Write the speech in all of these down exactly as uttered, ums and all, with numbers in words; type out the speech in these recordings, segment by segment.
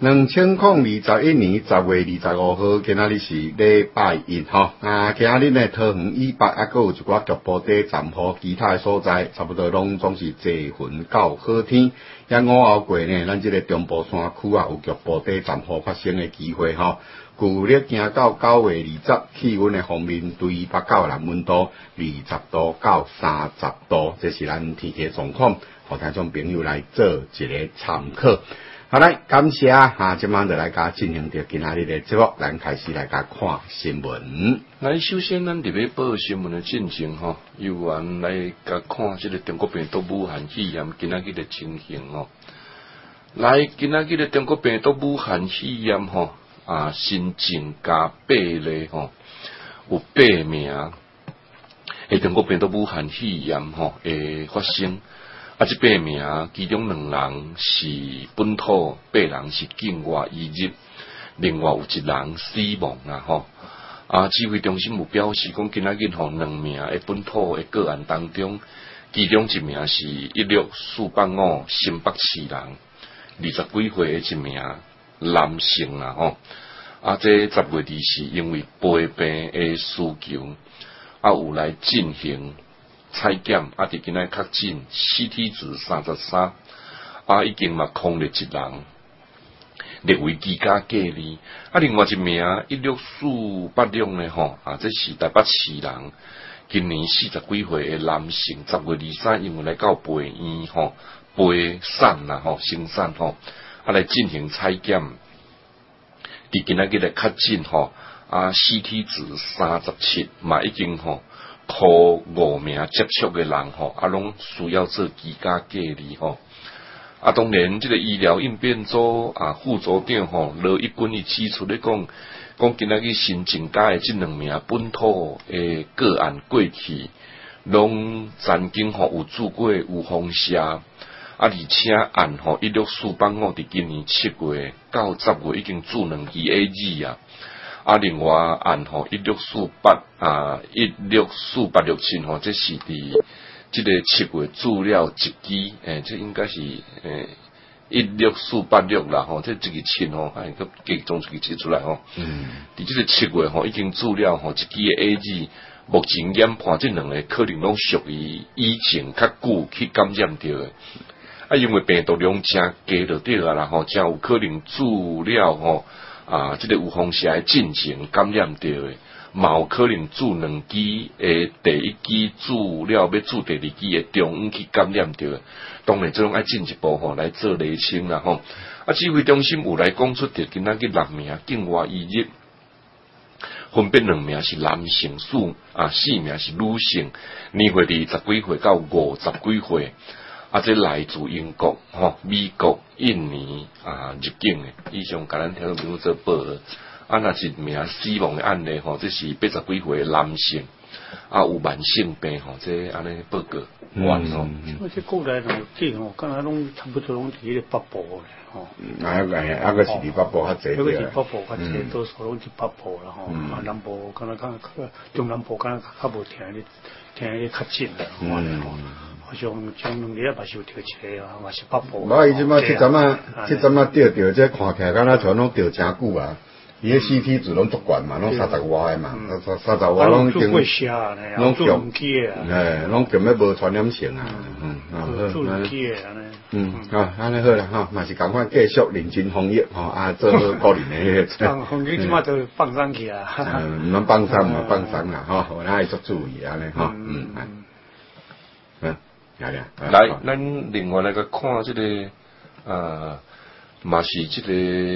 两千零二十一年十月二十五號，今仔日是禮拜一吼。啊，今仔日呢，桃園以北啊，閣有一寡局部地暫雨，其他的所在差不多攏總是濟雲到好天。也午後過呢，咱這個中部山區啊，有局部地暫雨發生的機會吼。舊曆行到九月二十，氣溫的方面，對北到南溫度二十度到三十度，這是咱天氣狀況，互聽眾朋友來做一個參考。好來，感謝啊！今晚就來甲進行着今仔日的節目，咱開始來甲看新聞。 來，首先咱佇要報新聞的進程吼，由咱來甲看即個中國病毒武漢肺炎今仔日的情形吼。來，今仔日的中國病毒武漢肺炎吼啊，新增加八例吼，有八名誒中國病毒武漢肺炎吼誒發生。啊！即八名，其中兩人是本土，八人是境外移入，另外有一人死亡啦吼。啊，指揮中心有表示講，今仔日吼兩名誒本土誒個案當中，其中一名是一六四八五新北市人，二十幾歲誒一名男性啦吼。啊，這十月二是因為肺病誒需求，啊有來進行採檢，啊！佇今仔確診 C T 值三十三，啊，已經嘛空了一人，列為居家隔離。啊，另外一名一六四八六呢吼，啊，這是台北市人，今年四十幾歲嘅男性，十月二三因為來到培院吼，培產啦吼，生產吼，啊來進行採檢，佇今仔日來確診吼，啊 C T 值三十七，嘛已經吼。靠五名接觸嘅人吼，啊，攏需要做居家隔離吼。啊，當然，即個醫療應變組啊副組長吼羅一軍伊指出咧講，講今仔日新增加嘅即兩名本土誒個案過去，攏曾經吼有做過有放射，啊，而且按吼一六四八五佇今年七月到十月已經做兩期 A G 啊。啊，另外按吼一六四八啊，一六四八六七吼，這是佇即個七月做了一期，誒，這應該是誒一六四八六啦吼，這一個七吼，係個集中一個七出來吼。嗯。佇即個七月吼，已經做了吼一期嘅 A G， 目前研判這兩個可能攏屬於以前較久去感染到嘅，啊，因為病毒量真低就對啊啦吼，真有可能做了吼。啊，即、這個有風險進行感染到誒，嘛有可能做兩期誒，第一期做了要做第二期誒，中午去感染到誒，當然這種愛進一步吼來做釐清啦吼。啊，指揮中心有來講出着今仔日六名境外移入，分別兩名是男性數，啊四名是女性，年歲佇十幾歲到五十幾歲。啊！這來自英國、吼美國、印尼啊入境誒，以上甲咱聽眾朋友做報告。啊，若一名死亡誒案例吼，這是八十幾歲誒男性，啊有慢性病吼，這安尼報告完吼。 我這國內同啲吼，敢若攏差不多攏佇迄個北部誒，吼。 啊，係啊，個是佇北部較濟啲。 嗰個是北部較濟，多數攏佇北部啦，吼。啊，南部敢若較中南部敢若較無聽啲聽啲較近啦，吼。好像像兩日嘛是有調一個啊，嘛是北部。 我伊即馬即陣啊，即陣啊調調，即看起來敢若像攏調真久啊。伊個 C T 值攏足懸嘛，攏三十外嘛，三三十外攏已經攏強，誒，攏根本無傳染性啊。嗯，好，嗯，好，安尼好啦，吼，嘛是趕快繼續認真防疫，吼，啊，做好個人誒迄個。 防疫即馬都放鬆去啊。 嗯，唔通放鬆嘛，放鬆啦，吼，咱愛足注意安尼，吼，嗯，嗯。 來，咱另外來個看即、這個啊，嘛是即個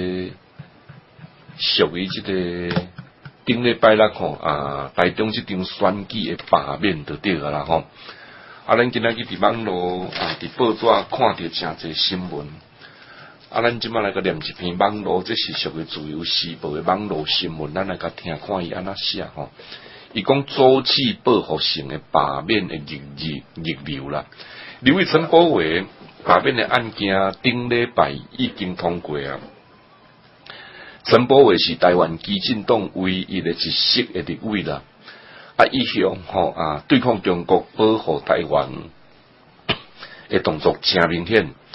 屬於即個頂禮拜六吼啊，台中即場選舉誒罷免就對個啦吼。啊，咱今仔日佇網絡啊，佇報紙看到誠濟新聞。啊，咱即擺來個念一篇網絡，這是屬於自由時報誒網絡新聞，咱來個聽看伊安怎寫吼。伊講組織報復性嘅罷免嘅逆逆逆流啦，劉偉陳寶偉罷免嘅案件頂禮拜已經通過啊。陳寶偉是台灣基進黨唯一嘅一席嘅立委啦，啊，一向吼啊對抗中國保護台灣嘅動作真明顯。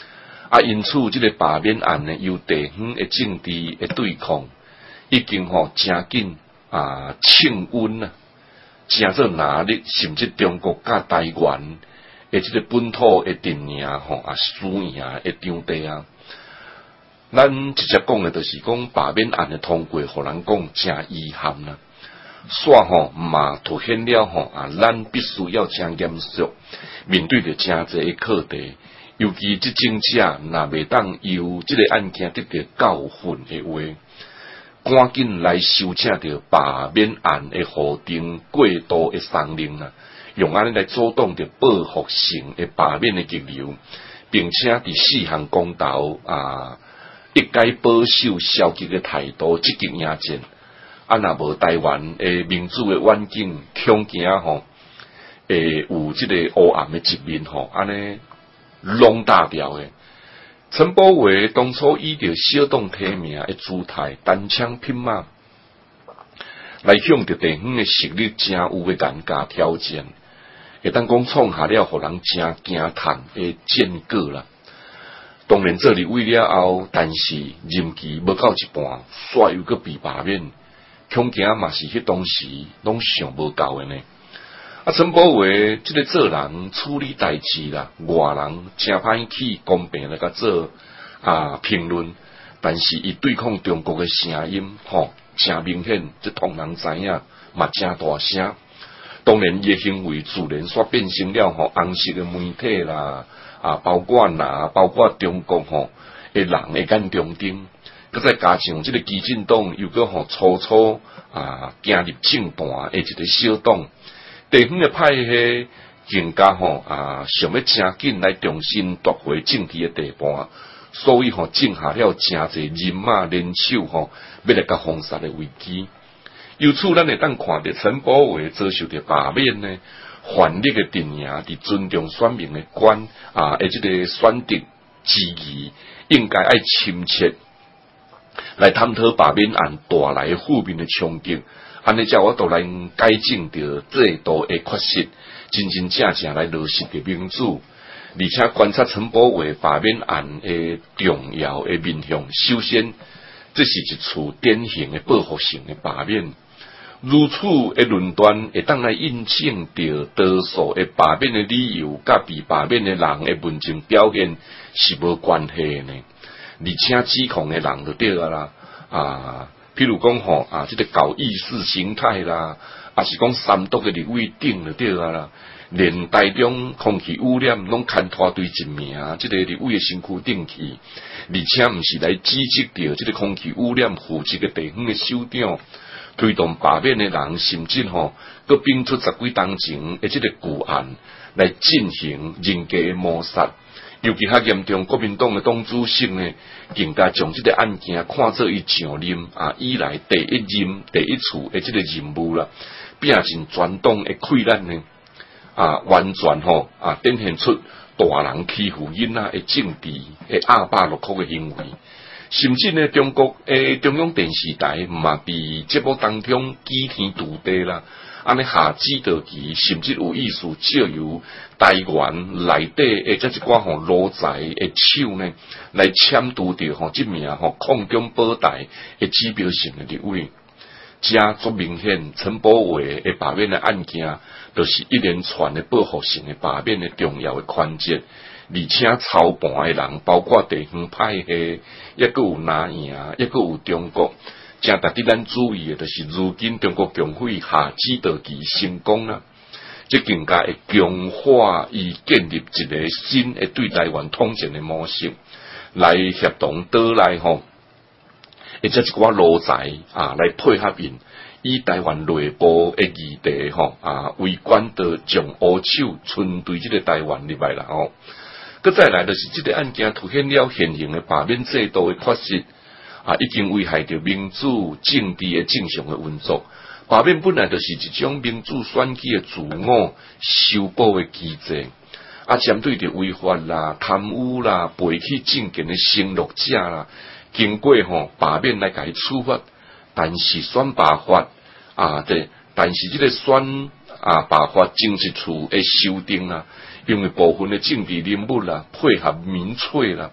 啊，因此即个罢免案呢，由地方的政治的对抗，已經吼真緊啊，升溫啊，真做壓力，甚至中國甲台灣的即個本土的陣營吼啊，輸贏的場地啊。咱直接講嘅，就是講罷免案嘅通過，互人講真遺憾啦。煞吼嘛，凸顯了吼啊，咱必須要真嚴肅面對着真濟嘅課題。尤其即政者若袂當由即個案件得到教訓嘅話，趕緊來修正着罷免案嘅核定過度嘅鬆令啊，用安尼來阻擋着報復性嘅罷免嘅激流，並且佇四項公投啊，一概保守消極嘅態度積極迎戰。啊，若無台灣誒民主嘅環境，恐驚吼誒有即個黑暗嘅一面吼，安尼弄大條嘅。陳寶華當初以着小黨提名嘅姿態，單槍匹馬來向着地方嘅實力真有嘅嚴格挑戰，會當講創下了互人真驚嘆嘅戰果啦。當然做立委了後，但是任期無到一半，煞又閣被罷免。恐驚嘛是迄當時攏想無夠誒呢。啊，陳寶華即個做人處理代志啦，外人真歹去公平來甲做啊評論，但是伊對抗中國嘅聲音，吼、哦，真明顯，即同人知影，嘛真大聲。當然，伊嘅行為自然煞變成了吼紅色嘅媒體啦，啊，包括哪，包括中國吼嘅人嘅眼中釘。佮再加上即個基進黨又閣吼初初啊行入政壇誒一個小黨，地方誒派系更加吼啊想要真緊來重新奪回政治誒地盤，所以吼種下了真儕人馬聯手吼要來甲封殺誒危機。由此咱會當看到陳寶華遭受着罷免呢，反力誒陣營佇尊重選民誒關啊誒即個選擇之餘，應該愛深切來探討罷免案帶來負面的衝擊，安尼才我都來改正着制度的缺失，真真正正來落實嘅民主，而且觀察陳寶華罷免案的重要的面向。首先，這是一處典型的報復性的罷免，如此的論斷會當來印證着多數的罷免的理由，甲被罷免的人的文情表現是無關係呢。而且指控嘅人就對啊啦，啊，譬如講吼啊，即、這個搞意識形態啦，啊是講三毒嘅立委頂就對啊啦，連台中空氣污染攏牽拖對一名，即、這個立委嘅身軀頂去，而且毋是來指責着即個空氣污染負責嘅地方嘅首長，推動罷免嘅人，甚至吼閣編出十幾當前嘅即個舊案來進行人格嘅抹殺。尤其較嚴重，國民黨嘅黨主席呢，更加將這個案件看作伊上任啊以來第一任、第一次嘅這個任務啦，變成全黨嘅潰爛呢啊，完全吼啊，展現出大人欺負囡仔嘅政治嘅亞巴六曲嘅行為，甚至呢，中國誒中央電視台嘛，被節目當中指天塗地啦。安尼下指導棋，甚至有意思借由台灣內底誒，即一寡吼羅財誒手呢，來簽拄着吼即名吼空中保台誒指標性誒立委，正足明顯陳寶華誒罷免誒案件，就是一連串誒報復性誒罷免誒重要誒環節，而且操盤誒人包括地方派系，抑閣有藍營，抑閣有中國。正值得咱注意嘅，就是如今中國共匪下指導棋成功啦，即更加會強化伊建立一個新嘅對台灣統戰嘅模式，來協同倒來吼，或者一寡路財啊來配合因，以台灣內部嘅議題吼啊為管道，將烏手存對即個台灣入來啦吼。佮再來就是即個案件凸顯了現行嘅罷免制度嘅缺失。啊，已經危害着民主政治嘅正常嘅運作。罷免本來就是一種民主選舉嘅自我修補嘅機制。啊，針對着違法啦、貪污啦、背棄政見嘅承諾者啦，經過吼罷免來甲伊處罰，但是選罷法啊，對，但是即個選啊罷法經一處嘅修訂啦，因為部分嘅政治人物啦配合民粹啦。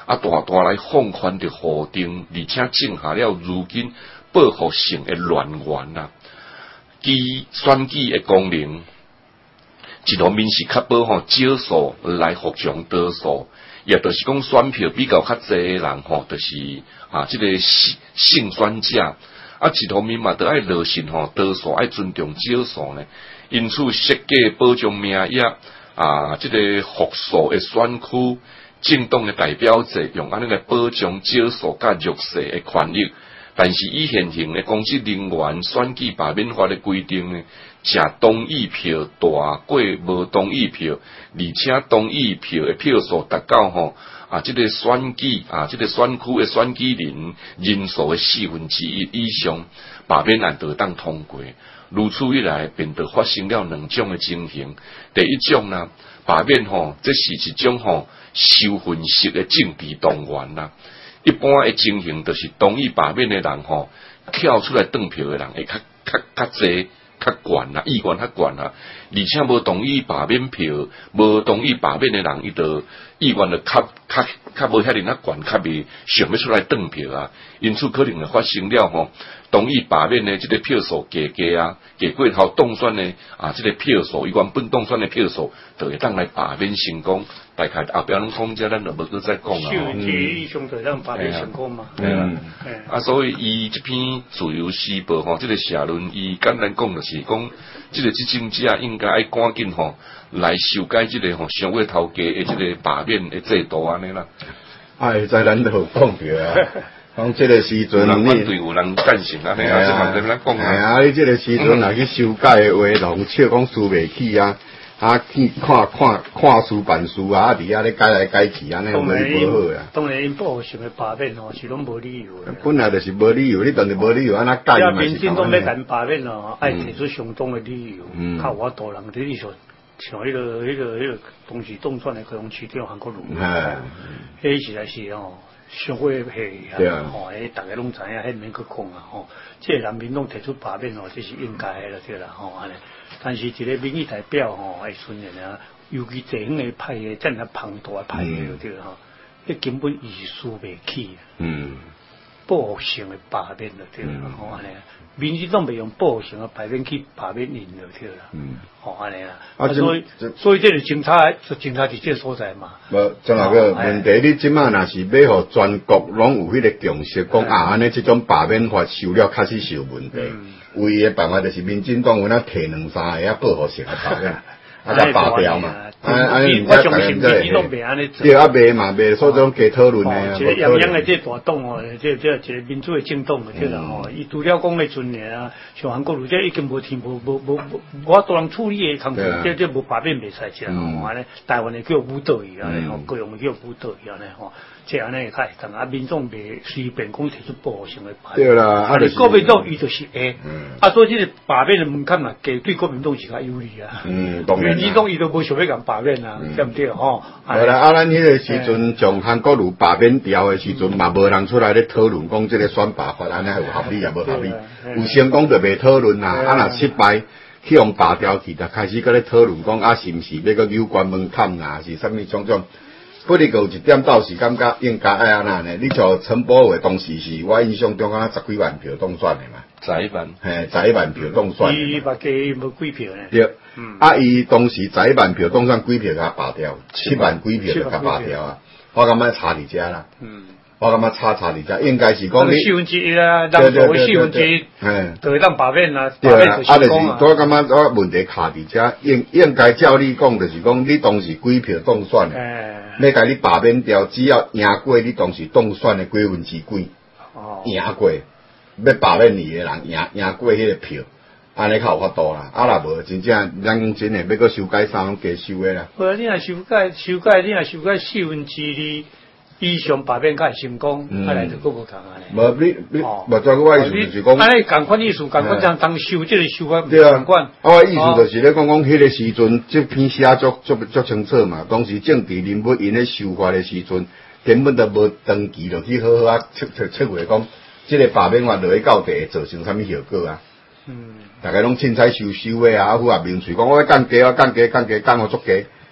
啊大大来放宽着户定，而且种下了如今报复性的乱源啊，其选举的功能，一方面是确保吼少数来服从多数，也就是讲选票比较较济的人吼，就是啊这个胜选者。啊，一方面嘛，都爱落实吼，多数爱尊重少数呢。因此，设计保障名额啊，这个复数的选区，政党的代表制，用安尼来保障少数甲弱势的权益。但是，以现行的公职人员选举罢免法的规定呢，食同意票大过无同意票，而且同意票的票数达到吼。啊，这个选举啊，这个选区的选举人人数的四分之一以上，罢免案就当通过。如此一来，便就发生了两种的情形。第一种呢，罢免吼，这是一种吼受分式的政治动员啦。一般的情形就是同意罢免的人吼，跳出来登票的人会较较较济。较悬啦，意愿较悬啦，而且无同意罢免票，无同意罢免的人，伊就意愿就较较较无遐尼较悬，较未想要出来登票啊，因此可能就发生了吼，同意罢免的即个票数加加啊，加过头当选的啊，即、這個票數，伊原本当选的票數，就會當來罷免成功。大概後邊攏講遮，咱就無去再講啦。 秀吉上就當罷免成功嘛。 係啦，啊，所以伊這篇自由時報吼，即、這個社論，伊簡單講就是講，即、這個執政者應該愛趕緊吼來修改即個吼上尾頭家的即個罷免的制度安尼啦。 哎，在咱都講着啊。講即個時陣， 有人反對，有人贊成啊，係啊，即係問咱講啊。 係啊，你即個時陣若去修改嘅話，人笑講輸袂起啊，啊去看看看書辦書啊，佇遐咧改來改去，安尼無無好啊。 當然，因報想嘅罷免吼，是攏無理由嘅。 本來就是無理由，你當然無理由，安那改嘛是。 民進黨要甲因罷免咯，愛提出相當嘅理由，較有法度人哋就像迄個迄個迄個當時當選嘅高雄市長韓國瑜，迄實在是吼。上過係啊，吼，誒，大家攏知影，迄免去講啊，吼，即係人民黨提出罷免吼，這是應該嘅啦，對啦，吼，安尼。但是一個民意代表吼，係順人啊，尤其地方嘅派嘅，真係龐大嘅派嘅，對啦，吼，迄根本意思袂起啊。嗯。報復性嘅罷免就對啦，吼，安尼。民進黨袂用報復性嘅罷免去罷免因就對啦。嗯。吼，安尼啦。啊，所以所以這個警察就警察佇這個所在嘛。 無，仲有個問題，你即馬若是要互全國攏有迄個共識，講啊，安尼即種罷免法受了確實是有問題。唯一嘅辦法就是民進黨有那摕兩三個啊報復性嘅罷免，啊甲罷掉嘛。啊啊！ 我相信民進黨袂安尼做。 對啊，袂嘛袂，所以種加討論嘅。 即個泱泱嘅即個大黨哦，即即即個民主嘅政黨嘅即啦吼，伊除了講嘅陣嘅啊，像韓國瑜即已經無天無無無無我多人處理嘅工作，即即無罷免袂使即啦吼，安尼台灣嘅叫武道義安尼吼，各樣嘅叫武道義安尼吼，即安尼較會當啊民眾袂隨便講提出報復性嘅罷免。 對啦，啊就是國民黨伊就是會，啊所以即個罷免嘅門檻嘛，加對國民黨是較有利啊。嗯，當然。民進黨伊都無想要咁罷免啊，對毋對吼？ 好啦，啊咱迄個時陣從韓國瑜罷免掉嘅時陣，嘛無人出來咧討論講即個選罷法安尼有合理也無合理，有成功就袂討論啦，啊若失敗去用罷掉去，就開始擱咧討論講啊是毋是要擱有關門檻啊，是啥物種種。不過有一點倒是感覺應該愛安那呢？你像陳柏惟當時是我印象中啊十幾萬票當選嘅嘛， 十一萬， 嘿，十一萬票當選。 伊目計無幾票呢？ 對，嗯、啊伊當時十一萬票當選幾票甲罷掉，七萬幾票就甲罷掉啊！我感覺差佇遮啦。嗯。我感覺差差佇遮，應該是講你四分之一啊，人數嘅四分之一，嗯，就會當罷免啊，罷免就成功啊。 我感覺我問題卡佇遮，應應該照你講，就是講你當時幾票當選，要甲你罷免掉，只要贏過你當時當選嘅幾分之幾，哦，贏過，要罷免你嘅人贏贏過迄個票，安尼較有法度啦。啊若無，真正咱真誒要擱修改啥攏加修誒啦。 無，你若修改修改，你若修改四分之二。以上罷免較會成功，看來就佫無同安尼。 無你你無再個我意思就是講， 安尼共款意思，共款將當修，即個修法共款。 我意思就是咧講講，迄個時陣，即篇寫足足足清楚嘛。當時政治人物因咧修法嘅時陣，根本就無登記，就去好好啊測測測話講，即個罷免法落去到底會造成啥物效果啊？嗯，大家攏凊彩收收誒啊，啊，副啊名嘴講我降價，我降價，降價，降我足價。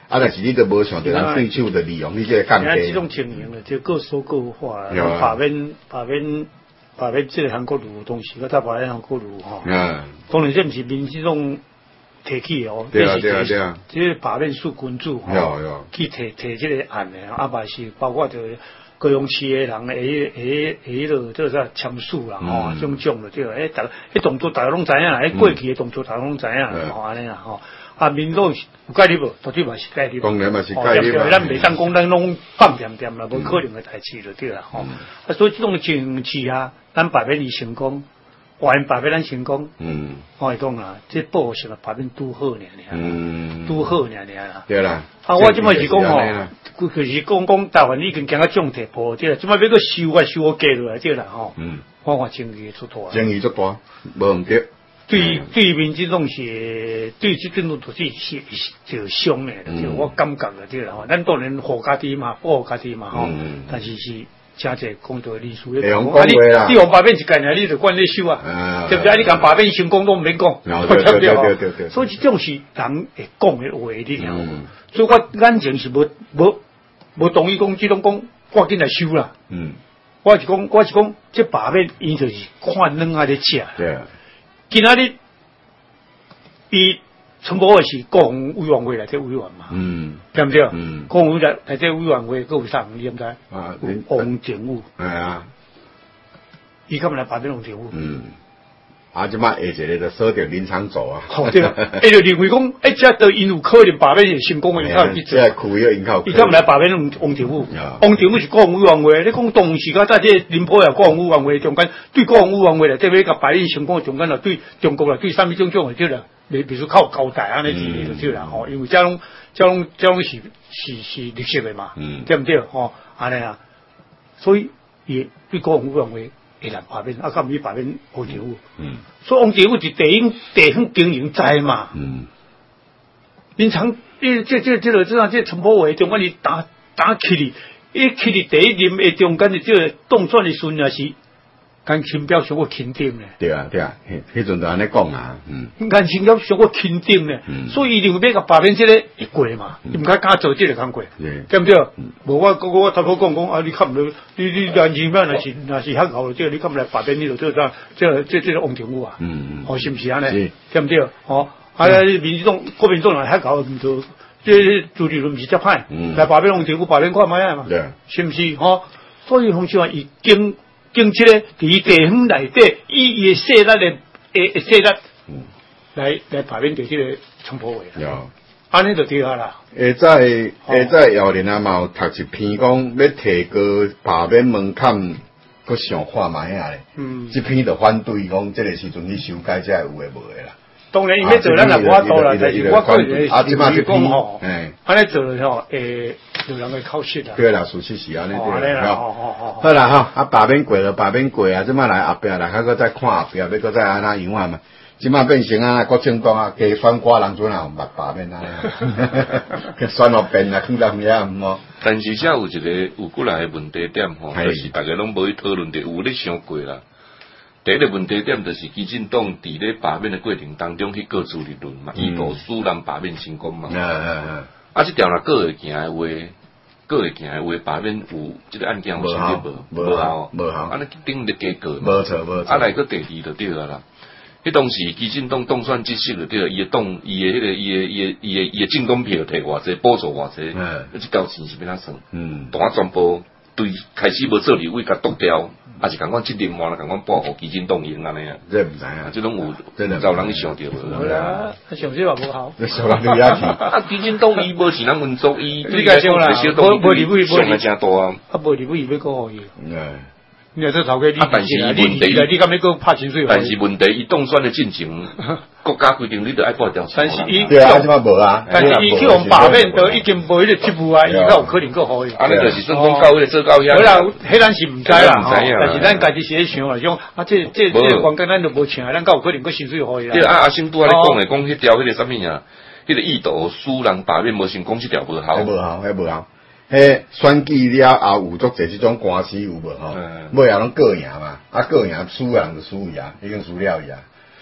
啊，但是你都无想着人对手就利用你这个降低。 这种情形了，就各说各话啦。把面把面把面这个韩国路东西，个他把韩国路吼。嗯。当然这毋是民这种提起哦， 对啊对啊对啊。 这把面属君主吼，去提提这个案的，啊，嘛是包括着高雄市的人下下下落这个签署啦，吼，种种的对，诶，大迄动作大家拢知影啦，迄过去的动作大家拢知影，吼安尼啦，吼。啊，民众有介入无？绝对嘛是介入。 当然嘛是介入嘛。 咱袂当讲咱拢放点点啦，无可能的代志就对啦，吼。啊，所以这种情形下，咱百面伊成功，完百面咱成功。嗯。我讲啊，这报什么百面拄好呢？嗯。拄好呢呢啦。 对啦。 啊，我即摆是讲吼，就是讲讲台湾已经行到种地步，对啦，即摆要搁修啊修啊加落来，对啦，吼。嗯。我看争议出大。 争议出大，无毋对。 对对面这种是对这种都是是就伤的，就我感觉了对啦吼。咱当然护家己嘛，保护家己嘛吼。但是是真侪工作历史咧讲，啊你你用把面一概念，你就管你收啊，对不对？你讲把面成功都唔免讲， 对对对对对。 所以这种是人会讲的话，你听。所以我眼前是无无无同意讲这种讲赶紧来收啦。嗯。我是讲我是讲这把面伊就是看软啊咧食。对。今仔日，伊陈柏伟是国防委员会内底委员嘛，嗯，对不对？嗯，国防委内内底委员会各有啥人，你毋知？啊，王政武，系啊，伊敢来把这种政务，嗯， 啊，即摆下一个就锁定林长佐啊， 好对啦，伊就認為講，誒，即係因有可能把面是成功嘅，佢去做，伊敢來把面王政武，王政武是國防委員會，你講當時間在這林波也國防委員會中間，對國防委員會嚟，對要甲把面成功嘅中間啦，對中國啦，對啥物種種嘅對啦，你比如靠交代安尼之類嘅對啦，吼，因為這種這種這種是是是歷史嘅嘛，對唔對？吼，安尼啊，所以伊對國防委員會。會來把面，啊，甲毋去把面王政武，嗯，所以王政武是地方地方經營在嘛，嗯，林長，伊這這這個這樣這陳柏惟中間伊打打起哩，伊起哩第一任誒中間的這個當選的時陣也是，跟親表上過欽定咧， 對啊對啊，迄陣就安尼講啊，嗯， 跟親表上過欽定咧，嗯，所以伊認為要甲把面這個會過嘛，伊毋敢敢做這個工過，對唔對？無我我我頭先講講啊，你看唔到，你你人前面若是若是較牛，即係你看唔來把面呢度做啥？即係即即個王政武啊，嗯嗯，哦，是毋是安尼？對唔對？哦，啊，民眾國民黨人較牛唔做，即係朱立倫唔是遮歹，來把面王政武把面看賣啊嘛，是毋是？吼，所以講起話已經。經即個佇地方內底，以伊誒勢力誒誒勢力，嗯，來來排面對即個陳柏惟啦，安尼就對啊啦。 下早下早姚玲啊嘛有讀一篇講要提高排面門檻，佫上看賣啊咧。嗯，即篇就反對講，即個時陣你修改才有誒無誒啦。 當然，伊要做咱也無法度啦，但是我個人是講吼，安尼做吼誒。有人會考試啦， 對啦，事實是安尼對啦，好，好，好，好啦，吼，啊，把面過了，把面過啊，即擺來後壁來，還閣再看後壁，要閣再安那樣啊嘛，即擺變成啊，國政黨啊，加選寡人陣啊，捌把面啊，選落變啊，去到遐毋好。 但是遮有一個有過來嘅問題點吼，就是大家攏無去討論的，有咧想過啦。第一個問題點就是基進黨佇咧把面嘅過程當中去告朱立倫嘛，以圖使人把面成功嘛。嗯嗯嗯。啊！即條若過會行誒話，過會行誒話，把面有即個案件有成立無？無效，無效。安尼頂咧加過嘛？無錯，無錯。啊，來個第二就對啊啦。迄當時基進黨當選即時就對啊，伊誒黨，伊誒迄個，伊誒，伊誒，伊誒，伊誒政黨票摕偌濟，補助偌濟，嗯，即交錢是要哪算？嗯，當全部對開始無做立委，甲剁掉，啊是共阮即連換啦，共阮報互基進黨贏安尼啊？ 這毋知啊， 即攏有，真係有人去想着無？ 係啊，上次話無效， 上人你也去。 啊，基進黨伊無是咱民族，伊你介紹啦，無無立委， 上來誠大啊！ 啊，無立委伊要講互伊。嗯。你話這頭家你啊，但是問題，你敢要講拍清水？ 但是問題，伊當選的進程，國家規定你得愛報調查。 但是伊對啊，即擺無啊。 但是伊去用把面，都已經無迄個職務啊，伊較有可能夠好伊。 安尼就是算講到迄個做到遐。 好啦，迄咱是毋知啦，但是咱家己是咧想啦，講啊，這這這個關鍵咱都無請，咱較有可能夠薪水好伊啦。 對啊，阿星拄仔咧講誒，講迄條迄個啥物啊？迄個意圖使人把面無成功，即條無效。 無效，迄無效。迄選舉了後有足濟即種官司有無吼？尾後攏告贏嘛，啊告贏輸人就輸伊啊，已經輸了伊啊。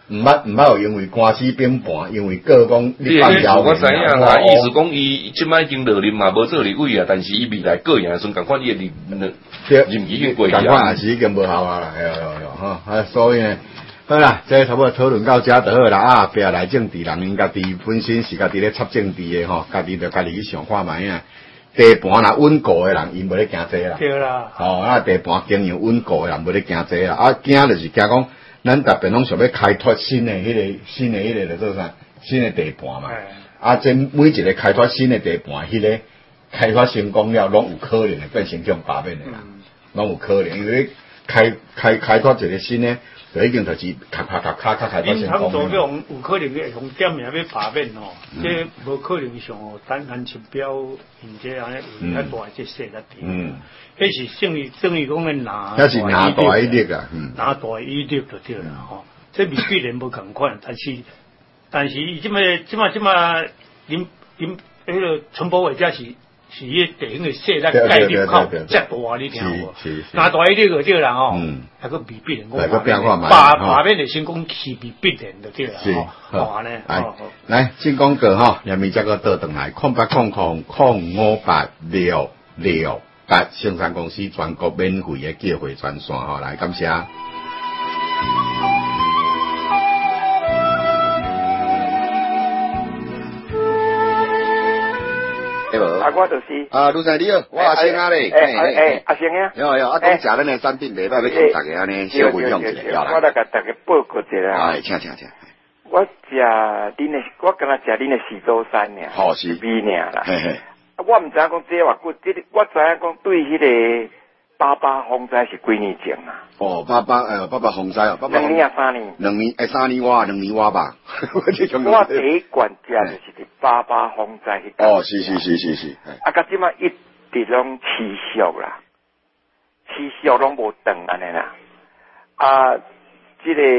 毋捌毋捌有因为官司变盘，因为个讲你放谣我知影啦，意思讲伊即摆已经落任嘛，无做立委啊，但是伊未来个人时阵，共款伊诶任任期已经过去啊， 共款也是已经无效啊啦，哎呦呦呦吼，啊，所以呢，好啦，这差不多讨论到遮就好啦啊，不要来政治，人因家己本身是家己咧插政治诶吼，家己就家己去想看卖啊。地盘若稳固诶人，因无咧惊这啦。 对啦。 哦，啊，地盘经营稳固诶人，无咧惊这啦。啊，惊就是惊讲，咱逐边拢想要开拓新诶迄、那个新诶迄个叫做啥？新诶地盘嘛。啊，这每一个开拓新诶地盘，迄、那个开发成功了，拢有可能会变成向八面诶啦，拢、嗯、有可能，因为开开开拓一个新诶。就已經就是咔咔咔咔咔開發成功。 因做用有可能會用點名要罷免吼，即無可能上單單指標，而且安尼有較大即勢力啲。嗯，迄是勝於勝於講嘅拿。 迄是拿大一啲啊，嗯， 拿大一啲就對啦吼。即未必然無共款，但是但是伊即賣即賣即賣林林迄個陳柏惟這是。是迄地方嘅勢力概念靠遮大，你聽無？拿大一啲就對啦吼，還佫未必然講罷罷免嘅成功是未必然就對啦吼，好安尼。來來，先講個吼，下面則個倒轉來，空八空空空五八六六八，生產公司全國免費嘅機會專線吼，來感謝。 啊，我就是啊，卢生你好，我阿星啊咧， 诶诶，阿星啊， 有有，啊，講食咱嘅產品袂歹，要講大家安尼小分享一下啦。 我來甲大家報告一下。 哎，請請請。 我食恁嘅，我敢若食恁嘅喜洲山爾， 好是米爾啦。 嘿嘿。 我毋知影講這偌久，這我知影講對迄個八八風災是幾年前啊？ 哦，八八誒，八八風災哦， 兩年啊，三年。 兩年誒，三年哇，兩年哇吧。 我第一罐食就是八八風災迄個。 哦，是是是是是。 啊，甲即馬一直攏持續啦，持續攏無斷安尼啦。啊，即個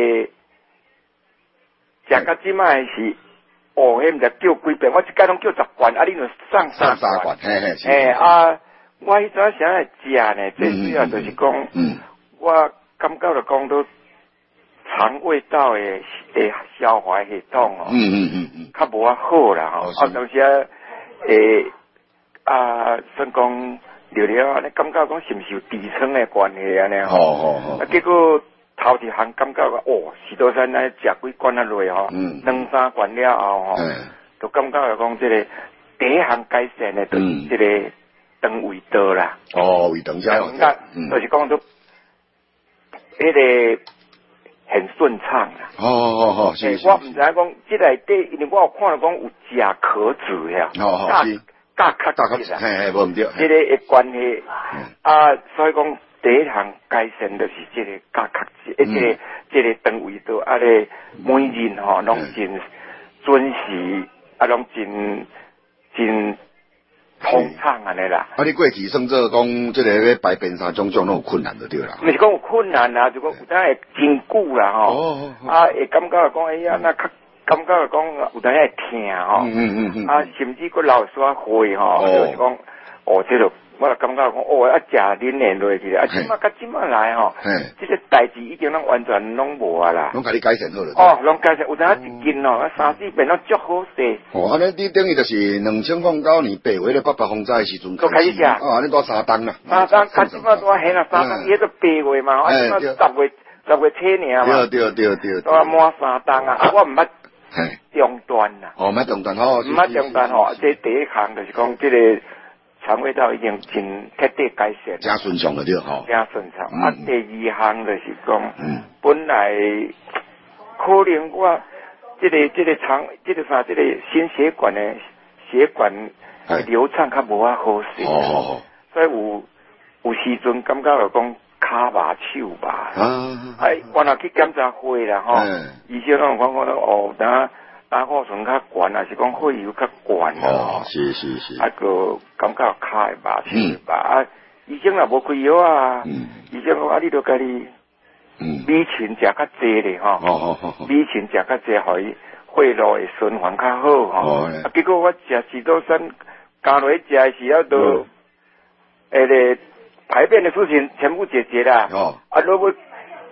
食甲即馬是，哦，迄毋知叫幾遍，我一屆攏叫十罐，啊，你就送三罐。 嘿嘿。 誒啊，我迄陣時來食呢，最主要就是講，我感覺就講到腸胃道誒誒消化系統哦，嗯嗯嗯嗯，較無啊好啦吼，啊，當時啊，誒啊，算講聊聊安尼，感覺講是毋是有痔瘡誒關係安尼吼？哦哦哦。啊，結果頭一項感覺講，哦，喜洲山來食幾罐啊落吼，嗯，兩三罐了後吼，就感覺講即個第一項改善誒，就是即個腸胃道啦。 哦，胃腸遮， 嗯，就是講到迄個。很順暢啦。 哦哦哦，是是。 我唔知影講，即內底，因為我有看到講有食殼子呀， 哦是， 加殼子啦， 嘿嘿，無唔對。 即個嘅關係，啊，所以講第一項改善就是即個加殼子，誒，即個即個腸胃道，啊咧每日吼攏真準時，啊攏真真。通暢安尼啦。 啊，你過去算做講，即個咧排便啥種種攏有困難就對啦。 毋是講有困難啦，就講有當會真久啦吼。哦哦。啊，會感覺講哎呀，那較感覺講有當會疼吼。嗯嗯嗯。啊，甚至佫流煞血吼，就是講哦，即個我就感覺講哦，啊食恁誒落去啦，啊，即馬甲即馬來吼，即個代誌已經攏完全攏無啊啦。 攏甲你改善好了。 哦，攏改善，有當一斤哦，啊三四遍攏足好勢。 哦，安尼你等於就是兩千零九年八月咧八八風災誒時陣開始食。 哦，安尼多三檔啦。 三檔，甲即馬多係啦，三檔，伊迄個八月嘛，啊，即馬十月十月初爾嘛。 對對對對。 都滿三檔啊，啊，我毋捌中斷啦。 哦，毋捌中斷吼。 毋捌中斷吼，即第一項就是講即個。腸胃道已經真徹底改善， 真順暢了對吼， 真順暢。啊，第二項就是講，本來可能我這個這個腸，這個啥，這個心血管的血管流暢較無啊好勢，哦，所以有有時陣感覺就講骹麻手麻，啊，哎，我若去檢查血啦吼，醫生攏講講哦，等。膽固醇較懸，還是講血油較懸哦，是是是。 啊個感覺骹會麻手麻，啊醫生也無開藥啊，醫生講啊你著家己米芹食較濟咧吼，米芹食較濟，互伊血路會循環較好吼。啊結果我食喜洲山，加落去食誒時候都，誒個排便誒事情全部解決啦。哦。啊落尾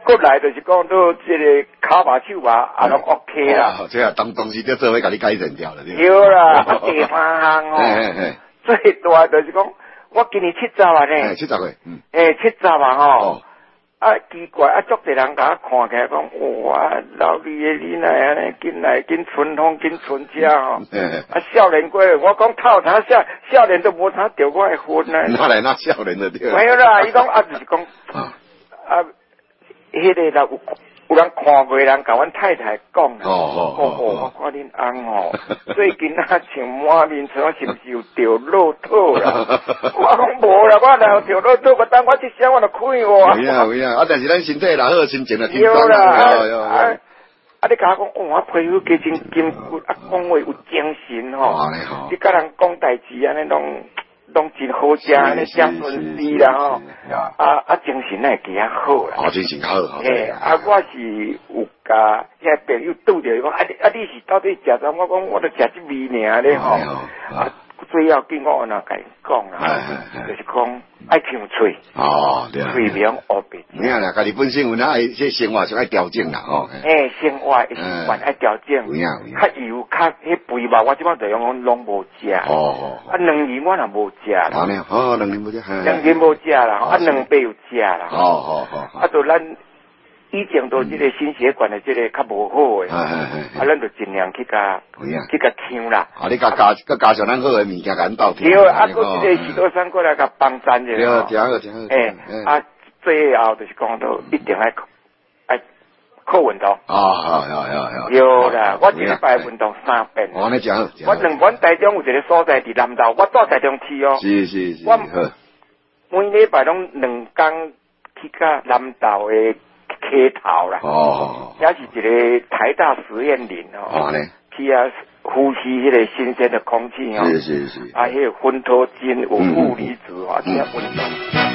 过来就是讲到这个骹把手吧，啊拢 OK 啦。 哦，这啊当当时就做伙甲你改善掉了，对。 对啦，啊第三项哦，最大就是讲，我今年七十啊呢。 七十岁，嗯。 诶，七十啊吼。啊奇怪，啊足侪人甲我看起来讲，哇，老李诶，你哪安尼紧来紧春风紧春车吼。啊少年过，我讲透他少少年都无他着我诶婚啊。 哪来那少年的对？ 没有啦，伊讲啊就是讲，啊，迄个啦有。有人看过人甲阮太太讲啦，哦哦哦，我看恁翁哦，最近啊穿满面穿，是毋是有着落土啦？我讲无啦，我若有着落土，我等我一声我就开我。 有影有影，啊，但是咱身体若好，心情就轻松啦。 啊啊，你甲我讲，哦，我皮肤加真筋骨，啊，讲话有精神吼。你甲人讲代志安尼拢。拢真好食，安尼真顺利啦吼，啊啊精神会比较好啦。 哦，精神好。 嘿，啊，我是有甲遐朋友拄着伊讲，啊你啊你是到底食啥？我讲我都食这味尔咧吼。啊，最要紧我安怎甲伊讲啦，就是讲爱听喙。哦，对。喙苗黑白。 你啊啦，家己本身有哪爱这生活上爱调整啦吼。 诶，生活习惯爱调整。有影有影。较油较迄肥肉，我即摆就用拢无食。哦。啊，两年我也无食啦。 好呢，哦，两年无食。 两年无食啦，啊，两杯有食啦。 哦哦哦。 啊，就咱以前都即个心血管的即个较无好诶。啊，咱就尽量去甲去甲抢啦。 啊，你甲加甲加上咱好诶物件，甲咱斗听。 对，啊，佫即个许多山过来甲帮赞者。 对，真好真好。 诶，啊，最后就是讲到一定爱爱靠运动。 哦，好好好好。 有啦，我一礼拜运动三遍。 哦，你真好。 我两阮台中有一个所在伫南投，我住台中市哦。 是是是。 我每礼拜拢两工去甲南投诶溪头啦。哦。也是一个台大实验林哦。哦呢。去啊，呼吸迄个新鲜的空气哦。 是是是。 啊，迄个芬托精有负离子哦，这样运动。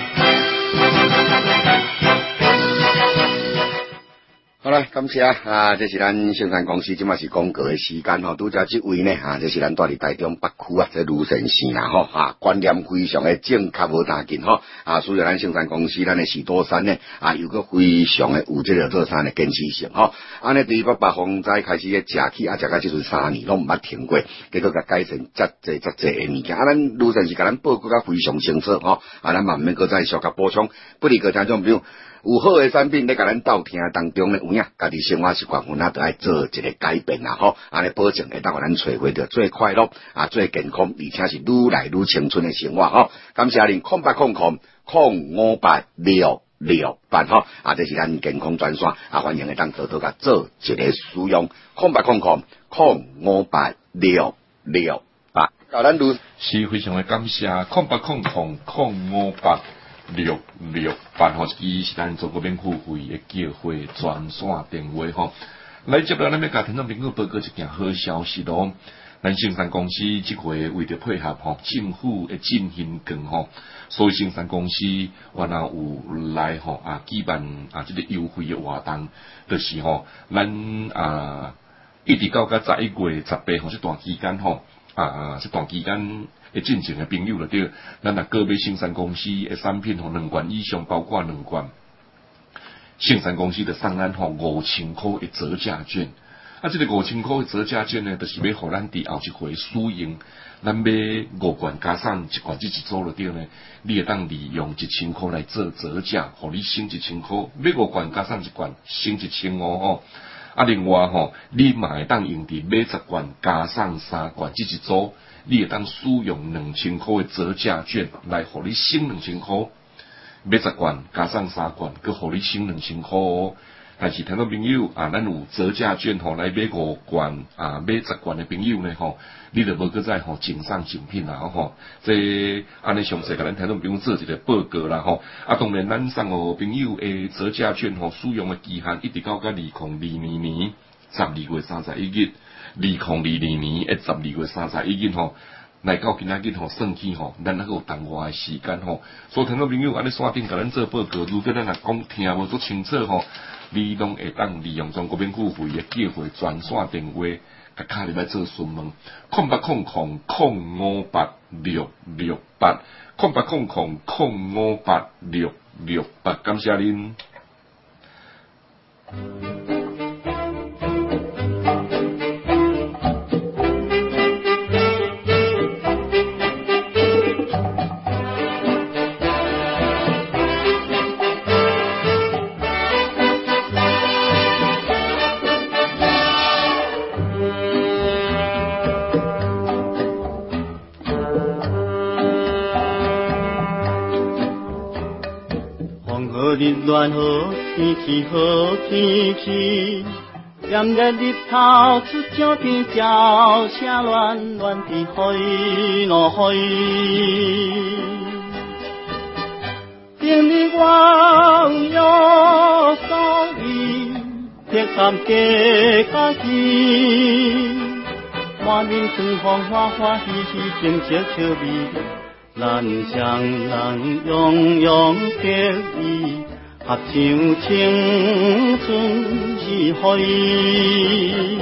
好啦，感谢啊！这是咱生产公司即马是广告的时间吼，拄则即位呢啊，这是咱住伫台中北区啊，这卢神县啦吼啊，观念非常的正确无大紧吼啊，所以咱生产公司咱的许多山呢啊，又个非常的有这个做山的坚持性吼。安尼对北北风灾开始嘅食起啊，食到即阵三年拢毋捌停过，结果甲改成遮济遮济嘅物件啊，咱卢神是甲咱报告甲非常清楚吼啊，咱慢慢个再小甲补充，不离个听众朋友。有好诶产品咧，甲咱斗听当中咧，有影家己生活习惯，有哪都爱做一个改变啦吼，安尼保证会当互咱找回到最快乐啊、最健康，而且是愈来愈青春诶生活吼。感谢您空八空空空五八六六八吼，啊，这是咱健康专线啊，欢迎会当偷偷甲做一个使用，空八空空空五八六六八。啊，咱愈是非常诶感谢空八空空空五八。六六八吼，伊是咱中国免付费诶叫会专线电话吼。来接落咱要甲听众朋友报告一件好消息咯。咱生产公司即回为着配合吼政府诶振兴券吼，所以生产公司原来有来吼啊举办啊即、这个优惠诶活动，就是吼咱啊一直到甲十一月十八号这段期间吼啊这段期间。会进前嘅朋友了对，咱若个别生产公司嘅产品吼两罐以上，包括两罐，生产公司的送咱吼五千块嘅折价券。啊，这个五千块嘅折价券呢，就是要互咱伫后一回使用，咱买五罐加上一罐，即一组了对呢，你会当利用一千块来做折价，互你省一千块，买五罐加上一罐，省一千五吼。啊，另外吼，你嘛会当用伫买十罐加上三罐，即一组。你会当使用两千块的折价券来互你省两千块，买十罐加上三罐，佮互你省两千块哦。但是听到朋友啊，咱有折价券吼来买五罐啊，买十罐的朋友呢吼，你就无搁再吼赠送赠品啦吼。这安尼详细甲咱听到朋友做一个报告啦吼。啊，当然咱送互朋友的折价券吼，使用的期限一直到甲二零二二年十二月三十一日。二零二二年诶十二月三十一日吼，来到今仔日吼算起吼，咱还有同外诶时间吼，所以听到朋友安尼线顶甲咱做报告，如果咱若讲听无足清楚吼，你拢会当利用中国免付费诶叫回专线电话，甲卡入来做询问，空八空空空五八六六八，空八空空空五八六六八，感谢恁。 暖好天气，好天气。炎热日头出照片照，声乱乱地飞落飞。今日我有所意，铁杆加家己，满面春风欢欢喜喜，情色笑美，咱双人永永结义。合唱青春是飞，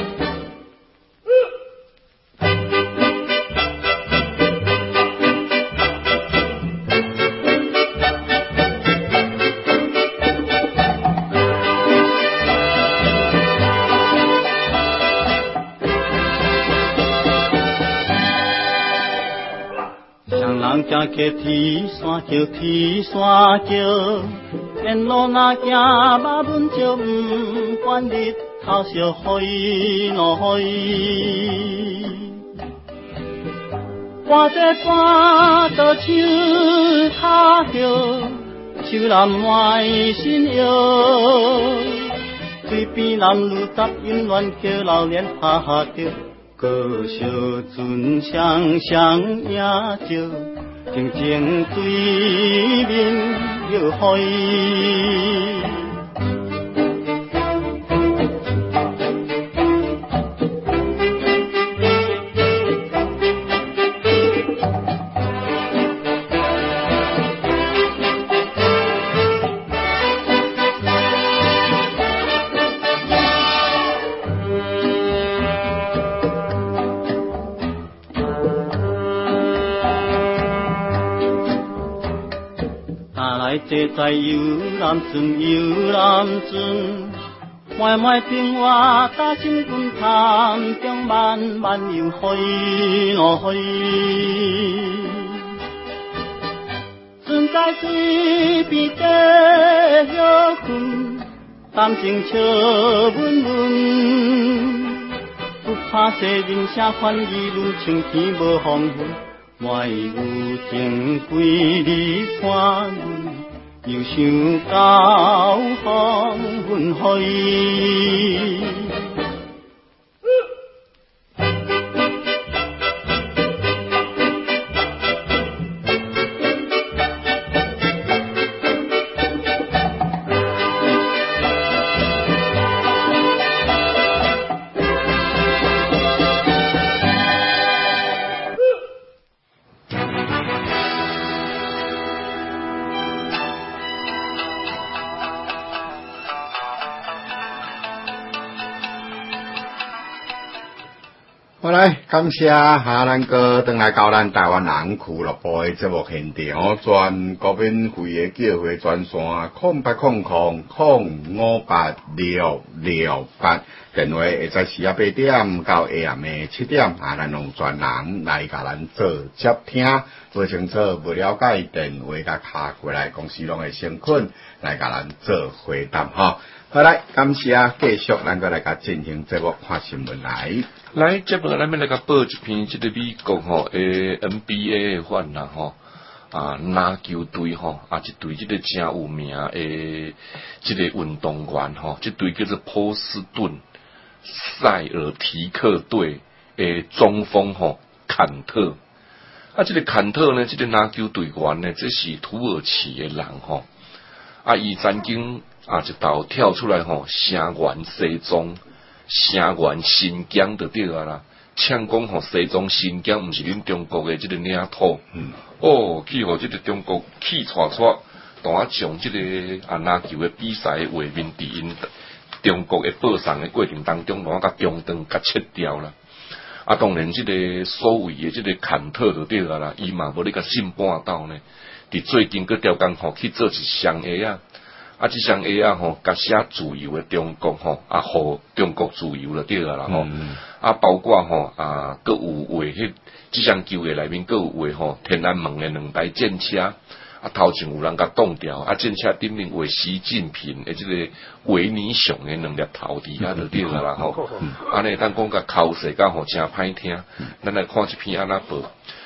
双人行过天山桥，天山桥。沿路若行马文就不管日头烧飞落飞，半这半到手塔摇，手男满身摇，对边男女杂音乱叫，老年拍着歌笑尊双双影照。静静对面摇飞，坐在游览船，游览船，缓缓平hòa打心滚潭中，慢慢游飞落飞。船在水边底摇困，谈情笑温温，不怕世人声款议论，青天无风云，我有情归你看阮。又想到黄昏去。 好来，感谢哈咱哥登来到咱台湾人俱乐部的节目现场，全国免费的叫货专线空八空空空五八六六八，电话会在时啊八点到下暗的七点，啊咱用专人来甲咱做接听，不清楚不了解电话甲卡过来，公司拢会先困来甲咱做回答哈。好来，感谢继续，咱个来甲进行节目看新闻来。 来，接落来咱们来甲报一篇，即个美国吼诶 N B A 诶款啦吼啊篮球队吼啊一队即个真有名诶即个运动员吼，即队叫做波士顿塞尔提克队诶中锋吼坎特啊，即个坎特呢，即个篮球队员呢，这是土耳其诶人吼啊，伊曾经啊一道跳出来吼，声援西藏。声援新疆就对啊啦，呛讲吼西藏新疆毋是恁中国诶即个领土，嗯、哦，去互即个中国气喘喘，当啊将即个啊篮球诶比赛画面伫因中国诶报送诶过程当中，当啊甲中断甲切掉啦。啊，当然即个所谓诶即个坎特就对啊啦，伊嘛无咧甲信半道呢，伫最近个条工吼去做一双鞋啊。啊，即双鞋啊吼，甲写自由诶中国吼，啊，互中国自由就对啊啦吼。嗯、啊，包括吼啊，佮有画迄即双球鞋内面佮有画吼天安门诶两台战车，啊，头前有人甲挡掉，啊，战车顶面画习近平诶即个维尼熊诶两粒头伫遐就对啊啦吼。安尼咱讲甲口势甲吼真歹听，咱来看一篇安那报。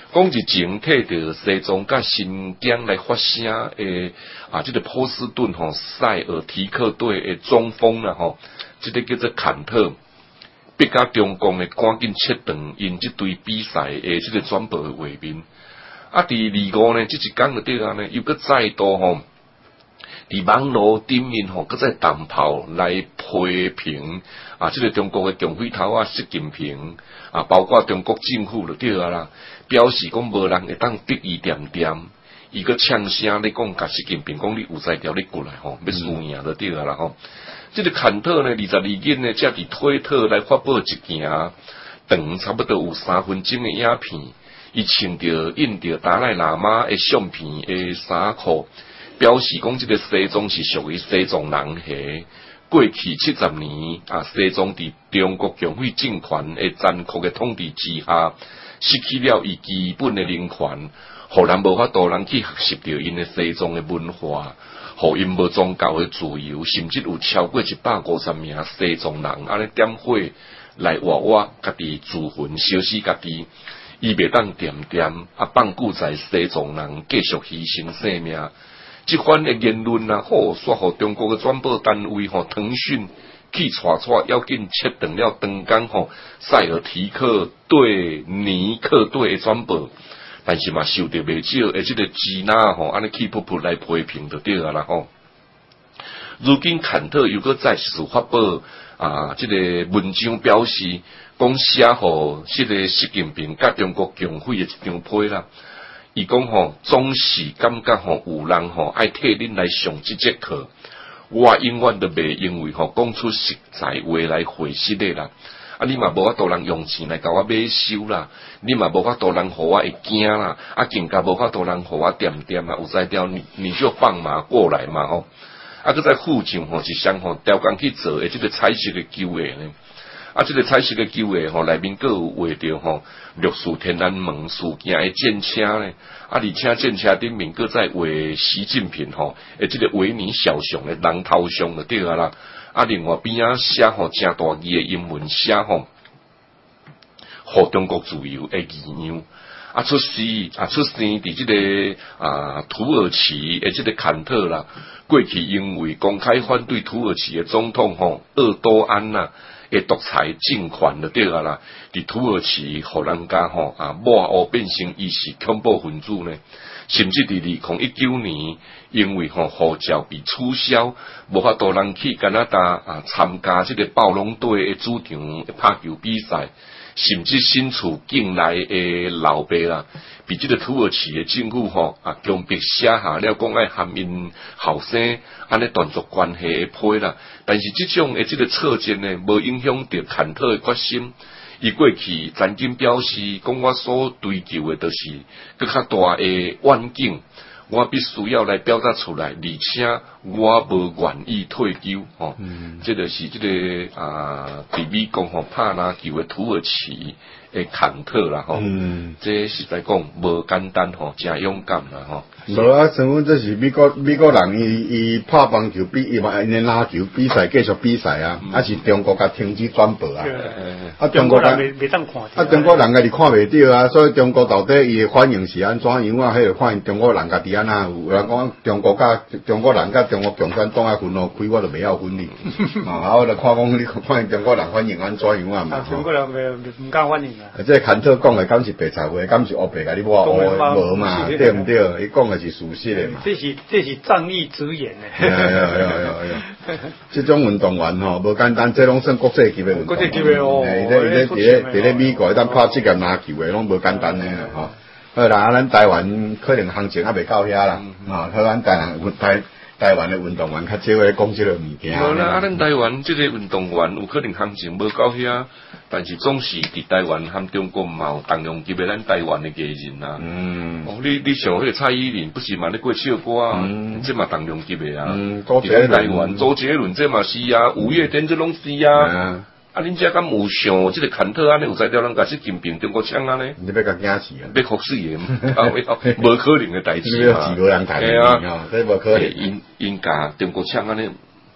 讲是前替着西藏甲新疆来发声诶啊，这个波士顿吼塞尔提克队诶中锋啦吼，这个叫做坎特，逼甲中共诶赶紧切断因这队比赛诶这个转播诶画面。啊，第二个呢，这一讲就对啊呢，又搁再度吼。伫网络顶面吼，搁再弹炮来批评啊！即、這個中國嘅共匪頭啊，習近平啊，包括中國政府就對啊啦，表示講無人會當得意點點，伊個嗆聲咧講，甲習近平講你有才調你過來吼，要輸贏就對啊啦吼。即、這個坎特呢，二十二日呢，才佇推特來發布一件長差不多有三分鐘嘅影片，伊穿着印着達賴喇嘛嘅相片嘅衫褲。表示講，這個西藏是屬於西藏人係過去七十年啊，西藏佇中國共匪政權嘅殘酷嘅統治之下，失去了伊基本嘅人權，互人無法度人去學習到因嘅西藏嘅文化，互因無宗教嘅自由，甚至有超過一百五十名西藏人安尼點火來活活家己自焚燒死家己，伊袂當點點啊放久在西藏人繼續犧牲性命。即款嘅言論啊，好煞互中國嘅轉播單位吼，騰訊去查查，要緊切斷了當港吼塞爾提克對尼克隊嘅轉播，但是嘛受到袂少誒，即個支那吼安尼去噗噗來批評就對啊啦吼。如今坎特又閣再次發布啊，即、這個文章表示講寫互即個習近平甲中國共匪嘅一張批啦。伊講吼，總是感覺吼有人吼愛替恁來上即節課，我永遠都袂因為吼講出實在話來回釋的啦。啊，你嘛無法度人用錢來甲我買收啦，你嘛無法度人互我會驚啦，啊，更加無法度人互我點點啊，有才調你你就放馬過來嘛吼。啊，佮在附近吼是想吼調工去做誒，即個彩色嘅球鞋呢。啊，即、這個彩色嘅球鞋吼，內面閣有畫着吼綠樹天安門事件嘅戰車咧，啊，而且戰車頂面閣在畫習近平吼，誒，即個維尼小熊嘅人頭像就對啊啦。啊，另外邊仔寫吼正大字嘅英文寫吼，互中國自由嘅字樣。啊，出世啊，出生佇即個啊土耳其誒，即個坎特啦，過去因為公開反對土耳其嘅總統吼厄多安啦。嘅獨裁政權就對啊啦，佇土耳其互人家吼啊，抹黑變成伊是恐怖分子呢，甚至佇二零一九年，因為吼護照被取消，無法度人去加拿大啊參加即個暴龍隊嘅主場拍球比賽，甚至身處境內嘅老爸啦，被即個土耳其嘅政府吼啊強迫寫下了講愛含因後生安尼斷絕關係嘅批啦。但是即種誒即個策戰呢，無影響到坎特嘅決心。伊過去曾經表示，講我所追求嘅，就是更較大嘅遠景，我必須要來表達出來，而且我無願意退休。吼、嗯，即就是即、這個啊，佇美國吼拍籃球嘅土耳其誒坎特啦，吼、嗯，這實在講無簡單吼，真勇敢啦，吼。 無啊，身份這是美國美國人，伊伊拍棒球比，伊嘛因籃球比賽繼續比賽啊，啊、嗯、是中國甲停止轉播啊，啊中國人未未當看，啊中國人家己看袂到啊，所以中國到底伊誒反應是安怎？因為迄個反應中國人家己安那有人講中國甲中國人甲中國共產黨啊分落開，我就袂曉分哩，啊我就看講你看中國人反應安怎樣啊嘛，中國人袂唔敢反應啊，即係坎特講誒，敢是白賊話，敢是烏白甲你抹黑無嘛，對唔對？伊講誒是事實誒嘛， 這是這是仗義直言誒， 係啊係啊係啊係啊，即種運動員吼無簡單，即攏算國際級誒運動員，國際級誒哦，誒，咧咧佇咧佇咧美國當拍職業籃球誒，攏無簡單誒吼。好啦，咱台灣可能行情還未到遐啦，啊，台灣台灣台台灣嘅運動員較少咧講即個物件。 無啦，啊，咱台灣即個運動員有可能行情無到遐，但是總是佇台灣含中國嘛有同樣級別咱台灣嘅藝人啊。嗯。哦，你你像迄個蔡依林，不是嘛？你過唱歌啊？嗯。即嘛同樣級別啊。嗯。佇咱台灣，周杰倫這嘛是啊，五月天這攏是啊。嗯。啊！恁遮敢有像即個坎特安尼有才調，人甲習近平中國腔安尼？ 你要甲驚死啊！ 要服死嘅，無可能嘅代志嘛。 係啊，這無可能。因因甲中國腔安尼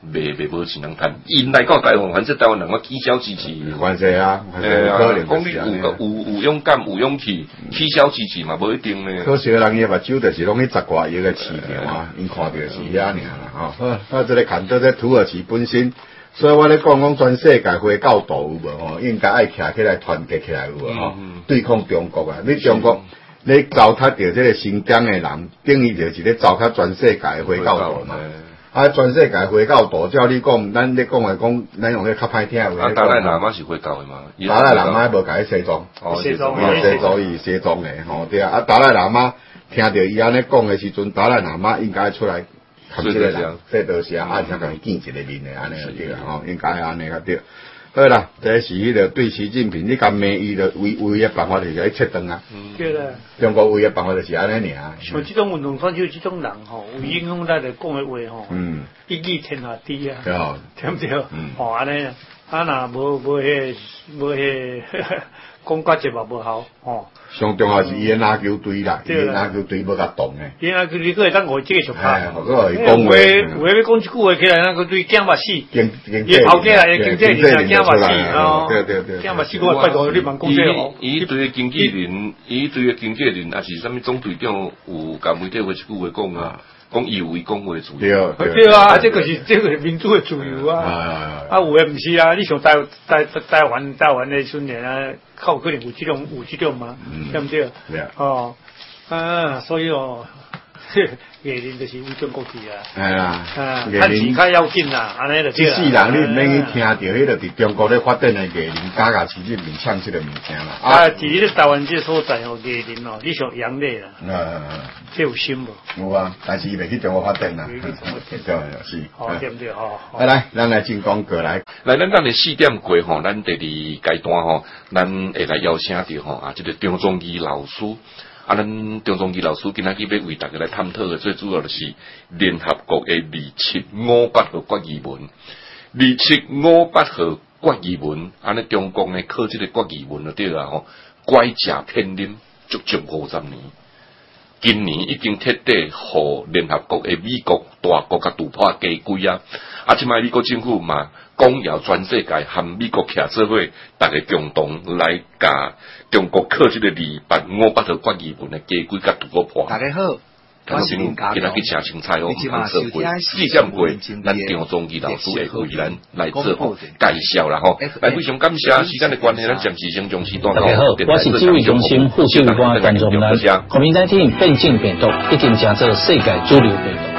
袂袂无钱人趁。因来到台湾，反正台湾人我起小支持， 有关系啊， 诶啊，讲你有有有有勇敢有勇气，起小支持嘛，无一定呢。 可惜人伊目睭就是拢去十外亿个市场啊，因看到是遐尔啦吼。好，我这个看到这土耳其本身，所以我咧讲讲全世界回教徒有无吼，应该爱徛起来团结起来有无吼，对抗中国啊！你中国。你糟蹋着这个新疆的人，等于就是咧糟蹋全世界的回教徒嘛。啊，全世界回教徒，照你讲，咱咧讲来讲，咱用咧较歹听有。 啊，达赖喇嘛是回教的嘛？ 达赖喇嘛无甲伊西装， 西装， 西装伊西装的吼对啊。啊，达赖喇嘛听着伊安尼讲的时阵，达赖喇嘛应该出来看这个人，说多些啊，才甲伊见一个面的安尼就对啦吼，应该安尼较对。好啦，这是迄个对习近平，你甲骂伊的唯唯一的办法就是要切断啊。 对啦。 中国唯一的办法就是安尼尔。 像这种运动选手，这种人吼，有影响咱来讲的话吼，嗯，一举天下第啊，对不对？嗯，吼安尼，啊若无无迄无迄讲决节嘛无效，吼。 上重要是伊的篮球队啦，伊的篮球队要甲动诶。 伊篮球队个会当我这个上拍， 好个会讲话， 有诶要讲一句话起来，篮球队惊目死， 经经济，跑起来经济人惊目死， 哦，对对对， 惊目死，我拜托你问讲这哦。伊队诶经纪人，伊队诶经纪人，也是啥物总队长有甲媒体话一句话讲啊。讲有为讲话自由， 对对啊，这个是这个是民主的自由啊，啊有诶毋是啊，你像台台台湾台湾的训练啊，靠可能有这种有这种吗？对不对？哦，啊，所以哦。艺人就是为中国去啊， 系啦， 啊，趁钱较要紧啦，安尼就即世人你毋免去听着迄个伫中国咧发展诶艺人，假假实实面唱即个物件啦。 啊，伫咧台湾即所在吼，艺人哦，你像杨丽啦，啊，这有心无？ 有啊，但是伊袂去中国发展啦。 对是， 好对不对？吼， 来来，咱来进广告来。 来，咱咱诶四点过吼，咱第二阶段吼，咱会来邀请着吼啊，即个张宗义老师。啊，咱张宗义老师今仔日要为大家来探讨的最主要的是联合国的二七五八号决议文。二七五八号决议文，安尼中国呢靠这个决议文就对啦吼，拐食骗啉足足五十年。今年已经彻底互联合国的美国大国甲突破家规啊！啊，即摆美国政府嘛，讲要全世界和美国徛做伙，大家共同来甲中国靠即个二八五八号决议文的家规甲突破。 大家好。我是林家今仔去吃青菜哦， 你嘛收听四点过，咱张宗义老师会为咱来做介绍啦吼。来，非常感谢时间的关系，咱暂时先将时段到。 大家好，我是指挥中心副指挥官段仲南。COVID 十九 变种病毒已经成做世界主流病毒。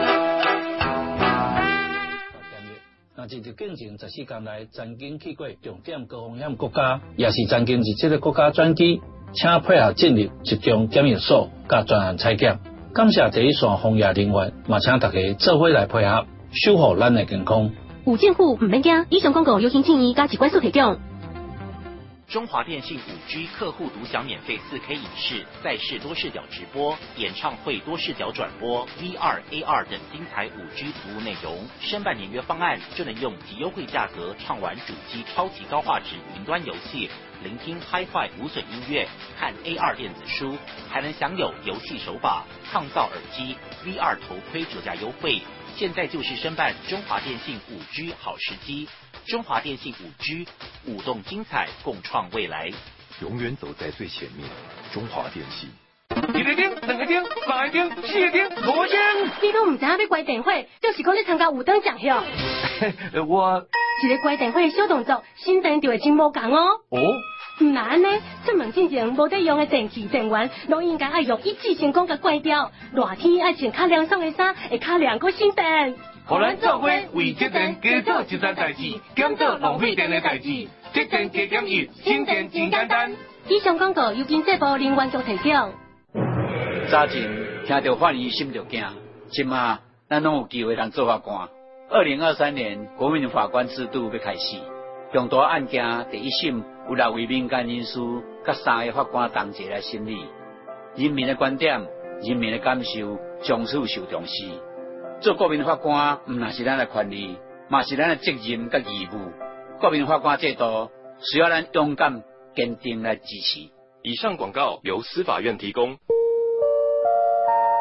那这就进前十四天来，曾经去过重点高风险国家，也是曾经是这个国家专机，请配合进入集中检疫所甲专案采检。感谢第一线防疫人员，嘛请大家做伙来配合，守护咱的健康。 有政府唔免惊，以上广告由行建议加机关所提供。 中华电信 五 G 客户独享免费 四 K 影视、在视多视角直播、演唱会多视角转播、V R、A R 等精彩 五 G 服务内容。申办年约方案就能用极优惠价格畅玩主机超级高画质云端游戏，聆听 Hi-Fi 无损音乐，看 A R 电子书，还能享有游戏手把、抗噪耳机、V R 头盔折价优惠。现在就是申办中华电信 五 G 好时机。中华电信 五 G， 舞动精彩，共创未来， 永远走在最前面。中华电信。 一个钟，两个钟，三个钟，四个钟，五个钟。 你都唔知影要开电话，就是讲你参加有灯奖项。 我一个开电话小动作，心情就会真无同哦。 哦。 唔然安尼，出门之前无得用的电器电源，都应该爱用一次性讲甲关掉。热天爱穿较凉爽的衫，会较凉过省电。 互咱做伙为节电加做一件代志，减少浪费电的代志，节电加减一，省电真简单。 以上广告由经济部能源局提供。 早前听到法医心就惊，即马咱拢有机会通做法官。二零二三年国民法官制度要开始，重大案件第一审有六位民间人士，甲三个法官同齐来审理。人民的观点、人民的感受，从此受重视。做国民法官，唔那是咱的权利，嘛是咱的责任甲义务。国民法官制度需要咱勇敢、坚定来支持。 以上广告由司法院提供。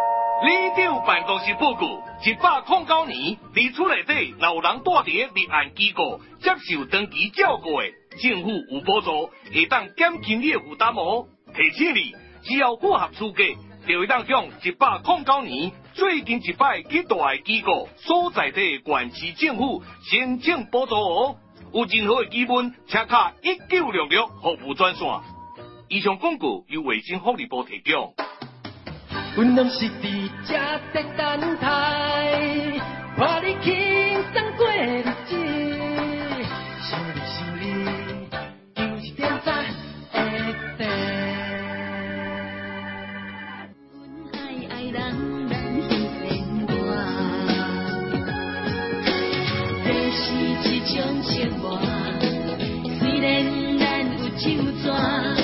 里长办公室报告：一百零九年，离厝内底若有人住伫立案机构接受长期照顾的，政府有补助，会当减轻你的负担哦。提醒你，只要符合资格，就会当向一百零九年最近一摆去住的机构所在地县市政府申请补助哦。有任何的疑问，请卡一九六六服务专线。以上广告由卫生福利部提供。 阮拢是伫遮在等待，看你轻松过日子，想你想你，就一点早会地。阮爱爱人，人心变我，这是一种生活，虽然咱有手纸。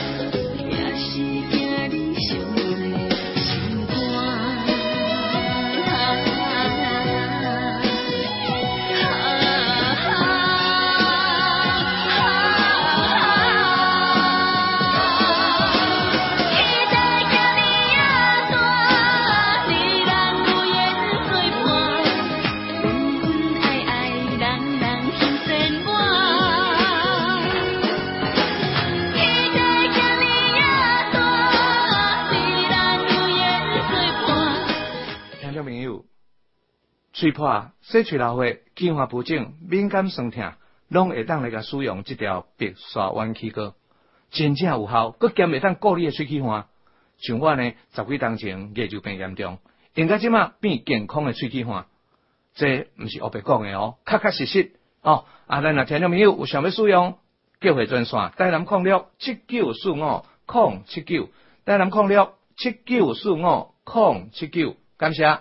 嘴破、洗喙流血、气化不整、敏感酸痛，拢会当来甲使用这条白沙湾气膏，真正有效，佮兼会当顾你的喙气化。像我呢，十几年前牙周病严重，用到即马变健康的喙气化，这毋是黑白讲的哦，确确实实哦。啊，咱若听众朋友有想要使用，叫回专线：台南控六七九四五空七九，台南控六七九四五空七九，感谢。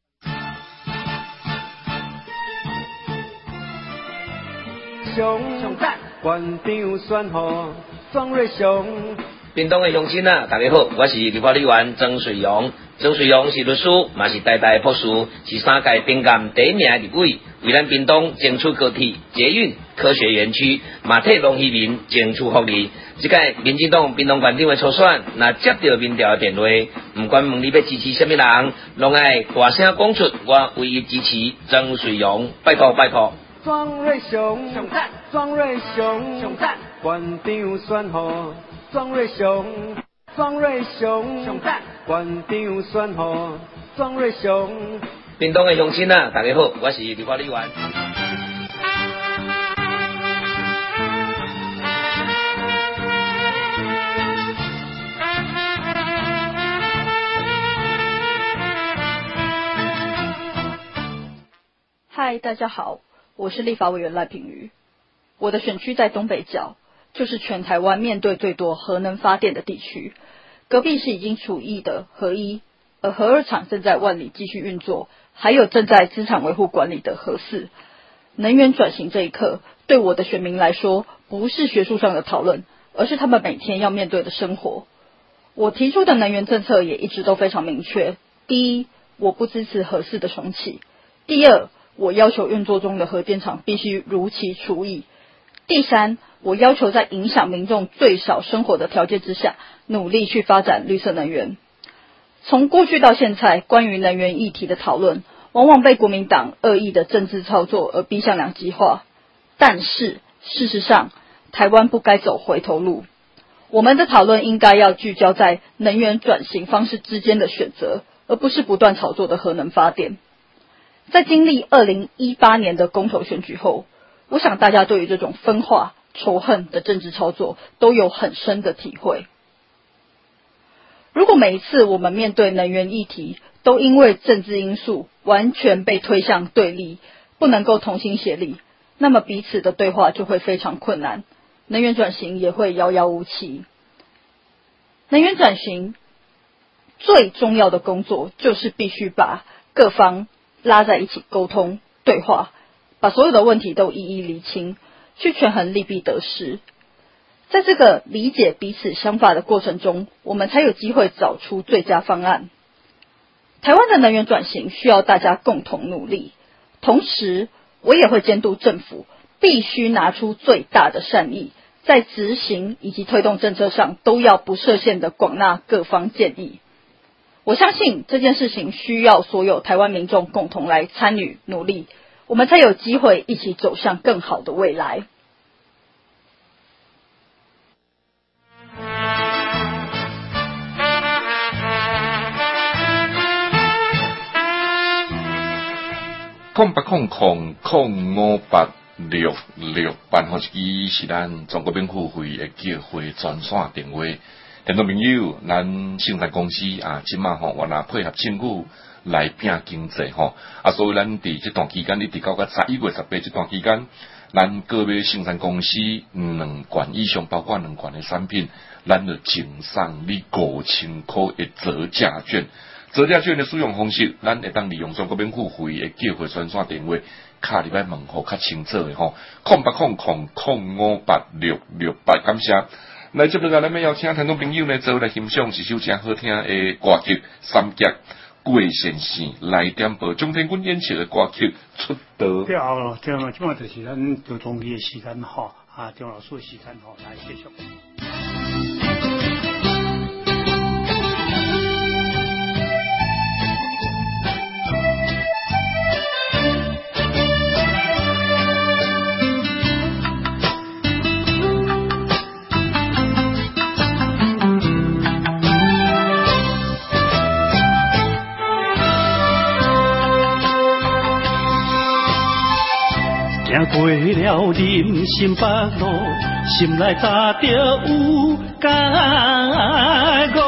上赞馆长选好庄瑞雄。 屏东的乡亲啊，大家好，我是立法委员曾水勇。曾水勇是律师，嘛是台大博士，是三届评鉴第一名的立委，为咱屏东争取高铁、捷运、科学园区，嘛替农渔民争取福利。这届民进党屏东县长的初选，若接到民调的电话，不管问你要支持什么人，拢爱大声讲出我唯一支持曾水勇，拜托拜托。 庄瑞雄，上赞！庄瑞雄，上赞！馆长选好庄瑞雄，庄瑞雄，上赞！馆长选好庄瑞雄。 屏东的乡亲啊，大家好，我是立法委员。 嗨，大家好。我是立法委员赖品妤，我的选区在东北角，就是全台湾面对最多核能发电的地区。隔壁是已经除役的核一，而核二厂正在万里继续运作，还有正在资产维护管理的核四。能源转型这一刻，对我的选民来说，不是学术上的讨论，而是他们每天要面对的生活。我提出的能源政策也一直都非常明确：第一，我不支持核四的重启；第二，我要求运作中的核电厂必须如期除役。第三，我要求在影响民众最少生活的条件之下，努力去发展绿色能源。从过去到现在，关于能源议题的讨论，往往被国民党恶意的政治操作而逼向两极化。但是，事实上，台湾不该走回头路。我们的讨论应该要聚焦在能源转型方式之间的选择，而不是不断炒作的核能发电。在经历二零一八年的公投选举后，我想大家对于这种分化、仇恨的政治操作都有很深的体会。如果每一次我们面对能源议题，都因为政治因素完全被推向对立，不能够同心协力，那么彼此的对话就会非常困难，能源转型也会遥遥无期。能源转型最重要的工作就是必须把各方拉在一起沟通对话，把所有的问题都一一厘清，去权衡利弊得失。在这个理解彼此想法的过程中，我们才有机会找出最佳方案。台湾的能源转型需要大家共同努力，同时我也会监督政府必须拿出最大的善意，在执行以及推动政策上都要不设限的广纳各方建议。 我相信这件事情需要所有台湾民众共同来参与努力，我们才有机会一起走向更好的未来。 空八空空空五八六六八号机是咱中国免付费的叫会专线电话。听众朋友，咱生产公司啊，即马吼，我若配合政府来拼经济吼，啊，所以咱伫这段期间，你伫到个十一月十八这段期间，咱个别生产公司两罐以上，包括两罐的产品，咱就赠送你五千块的折价券。折价券的使用方式，咱会当利用中国免付费的叫会专线电话，卡入来问候较清楚的吼，空八空空空五八六六八，感谢。来这边咱要邀请听众朋友呢，做来欣赏一首真好听的歌曲《三杰过线线》来点播钟天军演唱的歌曲《出道》。 对啊，对啊，即马就是咱做中期的时间吼，啊，张老师的时间吼，来继续。 行过了人生北路，心内早就有感悟。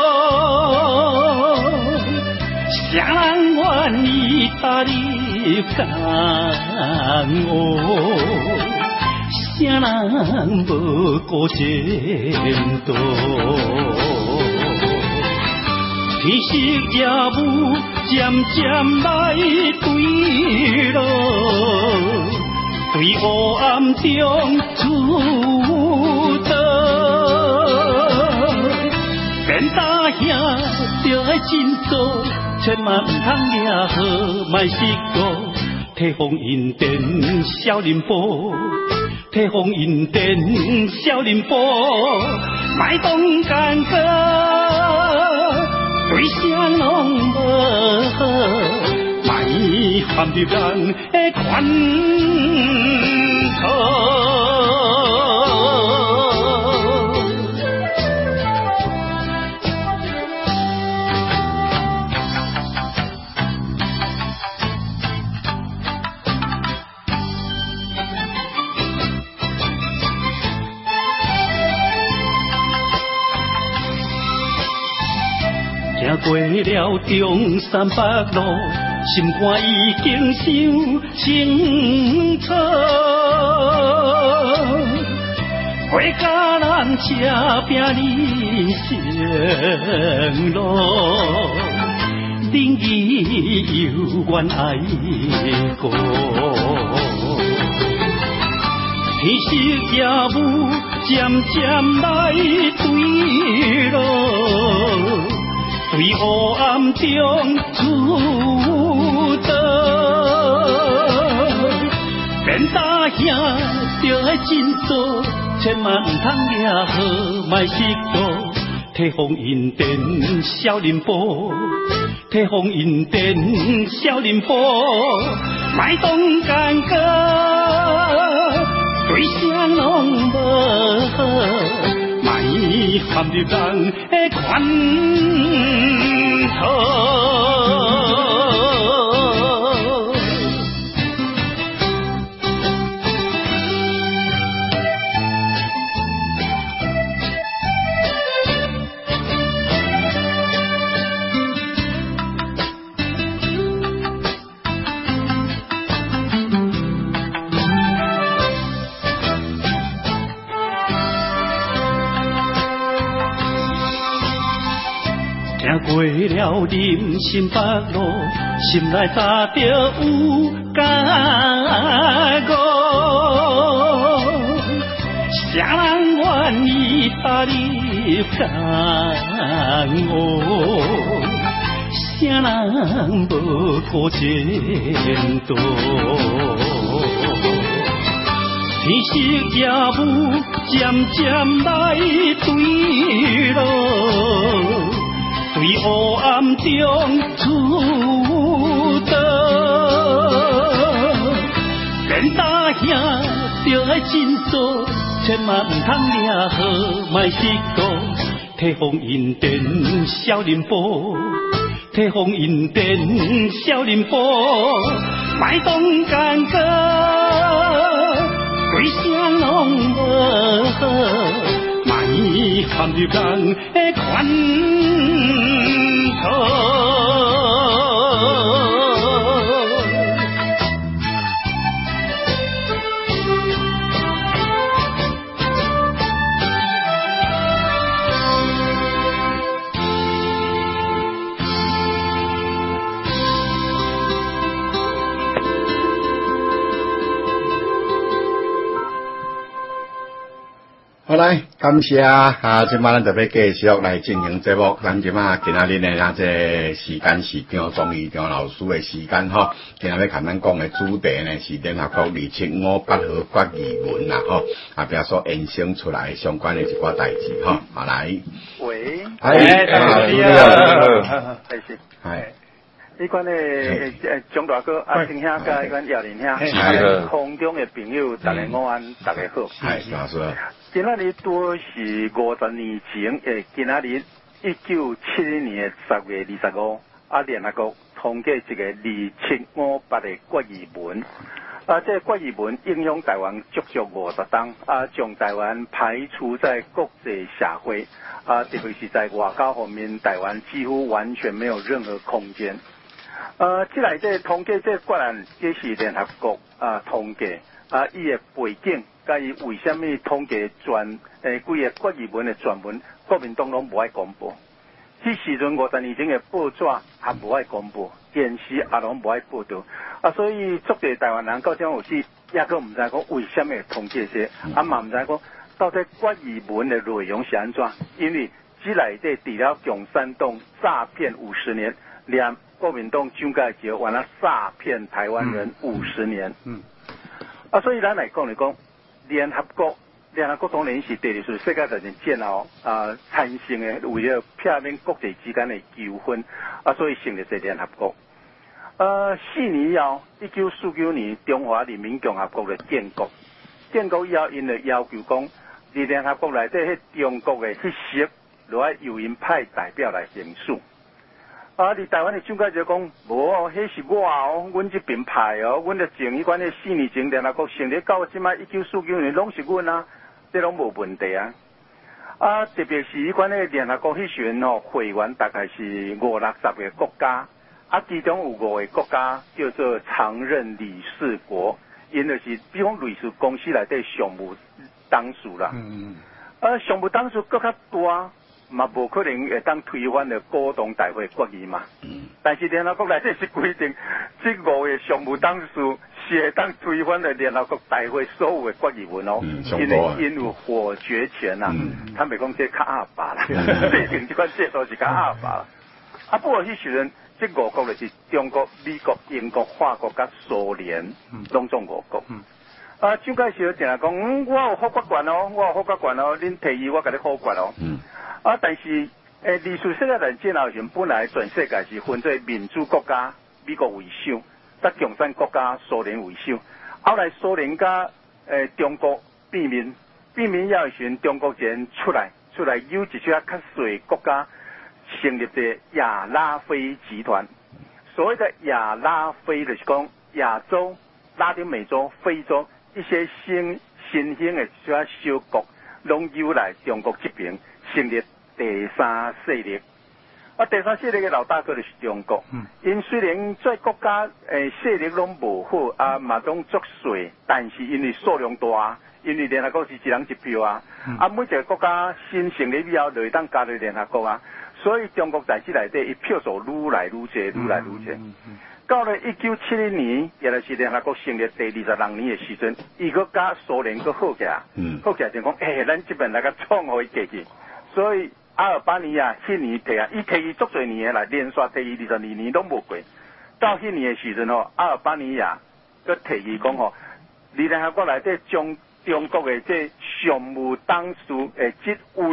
啥人愿意踏入感悟？啥人无顾前途？天色夜雾渐渐来对路。对黑暗中出逃，变大兄着爱振作，千万唔通惹好卖失误。提防引电少林波，提防引电少林波，卖动干戈，对谁拢无好。你含着人的拳头，行过了中山北路。心肝已经想清楚，回家咱车拼人生路，灵意有缘爱过，天色夜雾渐渐来对路。对黑暗中出逃，变大兄着爱振作，千万唔通惹好卖失误。提防引电少林波，提防引电少林波，卖动干戈，对谁拢无好。你含着人的拳头。行过了人生北路，心内早就有感悟。啥人愿意踏入感悟？啥人无顾前途？天色夜雾渐渐来对路。 对黑暗中出道。连大兄着爱振作，千万唔通掠好卖失误。提防引电少林步，提防引电少林步，卖当干戈，规声拢无好，卖含入人的拳头。 好来，感谢啊！今晚咱特别继续来进行节目。咱今晚今仔日呢，咱这时间是张忠义张老师的时间吼。今仔要同咱讲的主题呢是联合国二七五八号决议文啦吼，后壁所衍生出来相关的一寡代志吼。好来， 喂， 哎，张老师你好， 谢谢， 哎。 迄款诶诶，张大哥、阿青兄甲迄款姚林兄，空中诶朋友，大家午安，大家好。 系，老师。 今仔日拄是五十年前诶，今仔日一九七一年诶十月二十五，啊，联合国通过一个二七五八诶决议文。啊，这决议文影响台湾足足五十档，啊，将台湾排除在国际社会，啊，特别是在外交方面，台湾几乎完全没有任何空间。呃，即内底通过这决案，这是联合国啊通过啊，伊的背景，甲伊为虾米通过全诶规个决议文的全文，国民党拢无爱公布。迄时阵五十年前的报纸也无爱公布，电视也拢无爱报道啊，所以足侪台湾人到这为止，抑个毋知讲为虾米会通过这，啊嘛毋知讲到底决议文的内容是安怎，因为即内底除了共产党诈骗五十年，连国民党蒋介石完了诈骗台湾人五十年，嗯，啊，所以咱来讲来讲，联合国，联合国当然是第二次世界大战战后啊产生的，为了避免国际之间的纠纷，啊，所以成立这联合国。呃，四年以后，一九四九年中华人民共和国的建国，建国以后，因就要求讲，伫联合国内底迄中国的迄席，就要由因派代表来行使。啊！伫台湾的蒋介石讲，无哦，迄是我哦，阮这边派哦，阮着前迄款迄四年前联合国成立到即摆一九四九年，拢是阮啊，这拢无问题啊。啊，特别是迄款迄联合国迄时阵吼，会员大概是五六十个国家，啊，其中有五个国家叫做常任理事国，因就是比方类似公司内底常务董事啦。嗯嗯。啊，常务董事搁较大。嘛无可能会当推翻的股东大会决议嘛，嗯、但是联合国内底是规定，这五个常务董事是会当推翻的联合国大会所有的决议文哦，嗯、因为因有否决权呐、啊，嗯、他们讲这较阿爸啦，制定这款制度是较阿爸啦。啊，不过迄时阵，这五国就是中国、美国、英国、法国甲苏联，拢总五国。嗯啊，蒋介石定来讲，嗯，我有法决权哦，我有法决权哦，恁提议我甲你否决哦。嗯啊，但是诶，二次世界大战后时，本来全世界是分做民主国家，美国为首，甲共产国家苏联为首。后来苏联甲诶中国变面，变面以后时，中国人出来，出来有一些较小国家成立的亚拉非集团。所谓的亚拉非就是讲亚洲、拉丁美洲、非洲一些新新兴的一些小国，拢由来中国这边成立第三势力。啊，第三势力的老大哥就是中国。嗯。因虽然在国家诶势力拢无好，啊嘛拢作祟，但是因为数量大，因为联合国是一人一票啊。嗯、啊，每一个国家新成立以后，就会当加入联合国啊。所以中国在这内底，伊票数愈来愈多，愈来愈多。嗯嗯、到了一九七零年，也就是联合国成立第二十六年的时阵，伊个加苏联个好起来，嗯、好起来就讲，诶、欸，咱这边来个创互伊过去。所以阿尔巴尼亚迄年提啊，伊提伊足侪年来，连续提伊二十二年拢无过。到迄年的时阵吼，阿尔巴尼亚个提议讲吼，联合国内底将中国的这常务董事诶职位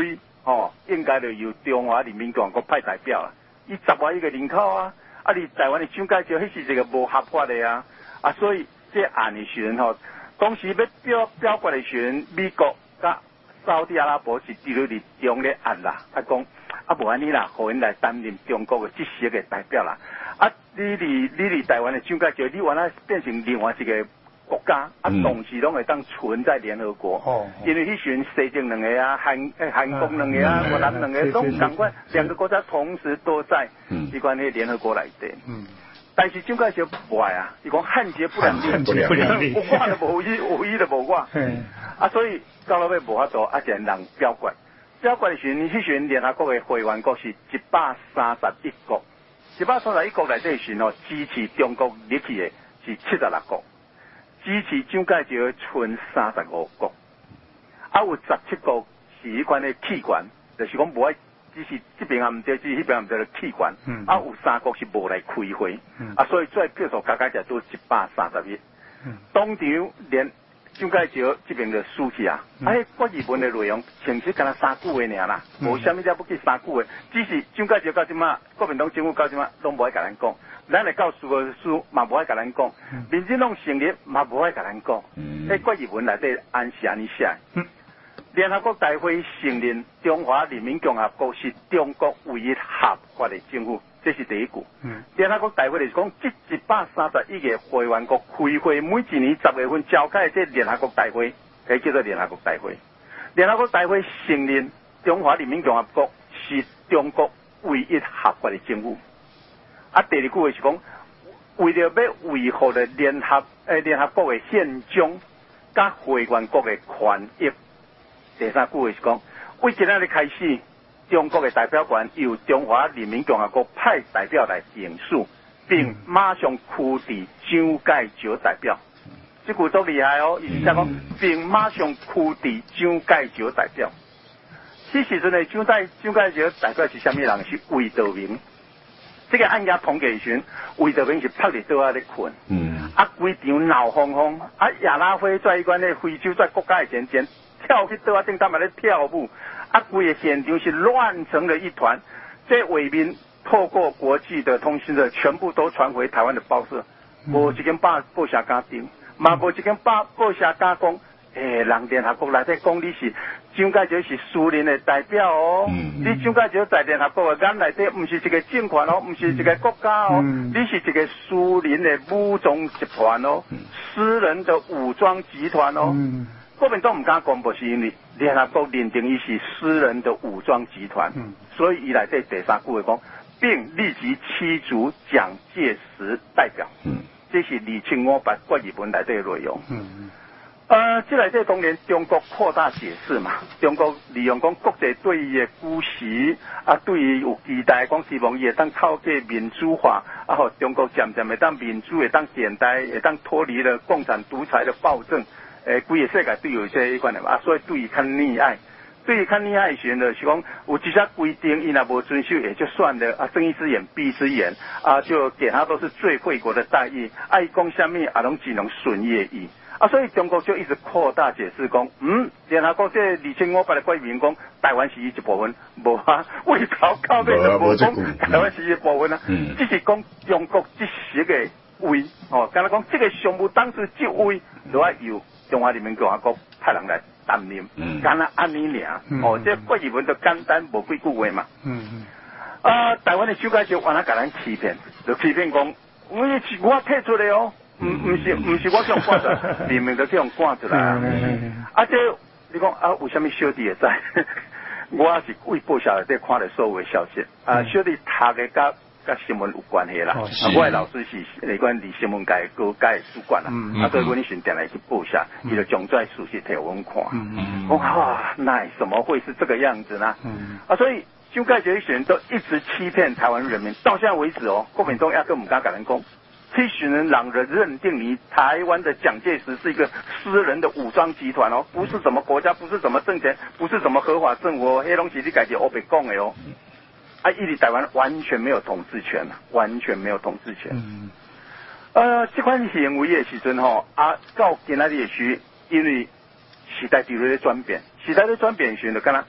哦，应该就由中华人民共和国派代表啊。伊十万亿个人口啊，啊，你台湾的蒋介石迄是一个无合法的啊，啊，所以这案的时阵吼，当时要表表决的时阵，美国甲沙特阿拉伯是伫咧伫中咧案啦，啊讲啊无安尼啦，互因来担任中国的这些个代表啦，啊，你伫你伫台湾的蒋介石，你原来变成另外一个国家，啊，同时拢会当存在联合国，哦、因为迄时阵西征两个啊，韩诶韩国两个啊，越南两个拢赶快两个国家同时都在一关迄联合国内底。嗯，但是蒋介石不爱啊，伊讲汉奸不两立，不两立，有我就无伊，有伊就无我。嗯，啊，所以到了尾无法度，啊，一人表决，表决的时阵，迄时阵联合国的会员国是一百三十一国，一百三十一国内底时吼支持中国入去的是七十六国。支持蒋介石的剩三十五国，啊有十七国是迄款的弃权，就是讲无爱支持这边也唔对，支持迄边也唔对的弃权，嗯、啊有三国是无来开会，嗯、啊所以最票数加加起来都一百三十一，嗯、当场连蒋介石这边就输去啊，嗯、啊迄决议文的内容，前期敢若三句话尔啦，无虾米了不起三句话，只是蒋介石到即马，国民党政府到即马拢无爱甲咱讲。咱来到事务书嘛无爱甲咱讲，民进党成立嘛无爱甲咱讲，迄决议文内底按是安尼写。联合国大会承认中华人民共和国是中国唯一合法的政府，这是第一句。联合国大会就是讲，这一百三十一个会员国开会，每一年十月份召开这联合国大会，迄叫做联合国大会。联合国大会承认中华人民共和国是中国唯一合法的政府。啊，第二句话是讲，为了要维护了联合诶联合国的宪章，甲会员国的权益。第三句话是讲，为今仔日开始，中国的代表权由中华人民共和国派代表来定数，并马上驱除蒋介石代表。这句都厉害哦，意思是讲，并马上驱除蒋介石代表。迄时阵的蒋介蒋介石代表是虾米人？是魏德明。这个案件通过时，魏德明是趴伫倒仔咧困，嗯，啊，规场闹哄哄，啊，亚拉辉在迄款咧非洲在国家的前前跳去倒仔顶，他们咧跳舞，啊，规个现场是乱成了一团。这伪民透过国际的通讯社，全部都传回台湾的报社，无一间报报社敢顶，嘛无一间报报社敢讲，诶，人联合国内底讲你是。蒋介石是苏联的代表哦，嗯、你蒋介石在联合国的眼内底，唔是一个政权哦，唔是一个国家哦，嗯、你是一个苏联的武装集团哦，嗯、私人的武装集团哦。嗯、国民党唔敢公布是因为联合国认定伊是私人的武装集团，嗯、所以伊来这第三句话讲，并立即驱逐蒋介石代表。嗯，这是二千五百决议文内底的内容。嗯。呃，即来这当然中国扩大解释嘛，中国利用讲国际对伊的支持，啊，对伊有期待，讲希望伊会当透过民主化，啊，吼，中国渐渐会当民主，会当现代，会当脱离了共产独裁的暴政，诶，规个世界都有这一款的嘛，啊，所以对伊较溺爱，对伊较溺爱的时阵就是讲有一些规定，伊若无遵守也就算了，啊，睁一只眼闭一只眼，啊，就给他都是最惠国的待遇，爱讲什么啊，拢只能顺伊的意。啊，所以中国就一直扩大解释讲，嗯，联合国这二千五百个国民讲台湾是伊一部分，无啊，为头到尾就无讲台湾是伊一部分啊，嗯、只是讲中国这些个位，哦，敢若讲这个项目当时这位都要由中华人民共和国派人来担任，嗯、敢若安尼尔，嗯、哦，这国语文就简单无几句话嘛，嗯嗯，啊，台湾的蒋介石完了甲咱欺骗，就欺骗讲，我是我退出来哦。唔唔是唔是我这样赶出来，明明就这样赶出来啊！啊，这你讲啊，为什么小弟会知？我是为报社内底看到所有的消息啊，小弟读的甲甲新闻有关系啦。啊，我的老师是那关离新闻界高界主管啦，啊，所以我选定来去报社，伊就将这事实摕我们看。我啊，那怎么会是这个样子呢？啊，所以蒋介石一选都一直欺骗台湾人民，到现在为止哦，国民党压根唔敢甲人讲。这群人让人认定你台湾的蒋介石是一个私人的武装集团哦，不是什么国家，不是什么政权，不是什么合法政府，黑东西你改己欧北讲的哦。啊，伊伫台湾完全没有统治权啊，完全没有统治权。嗯、呃，这款行为的时阵吼，啊，到今仔日时，因为时代伫咧转变，时代咧转变时就敢若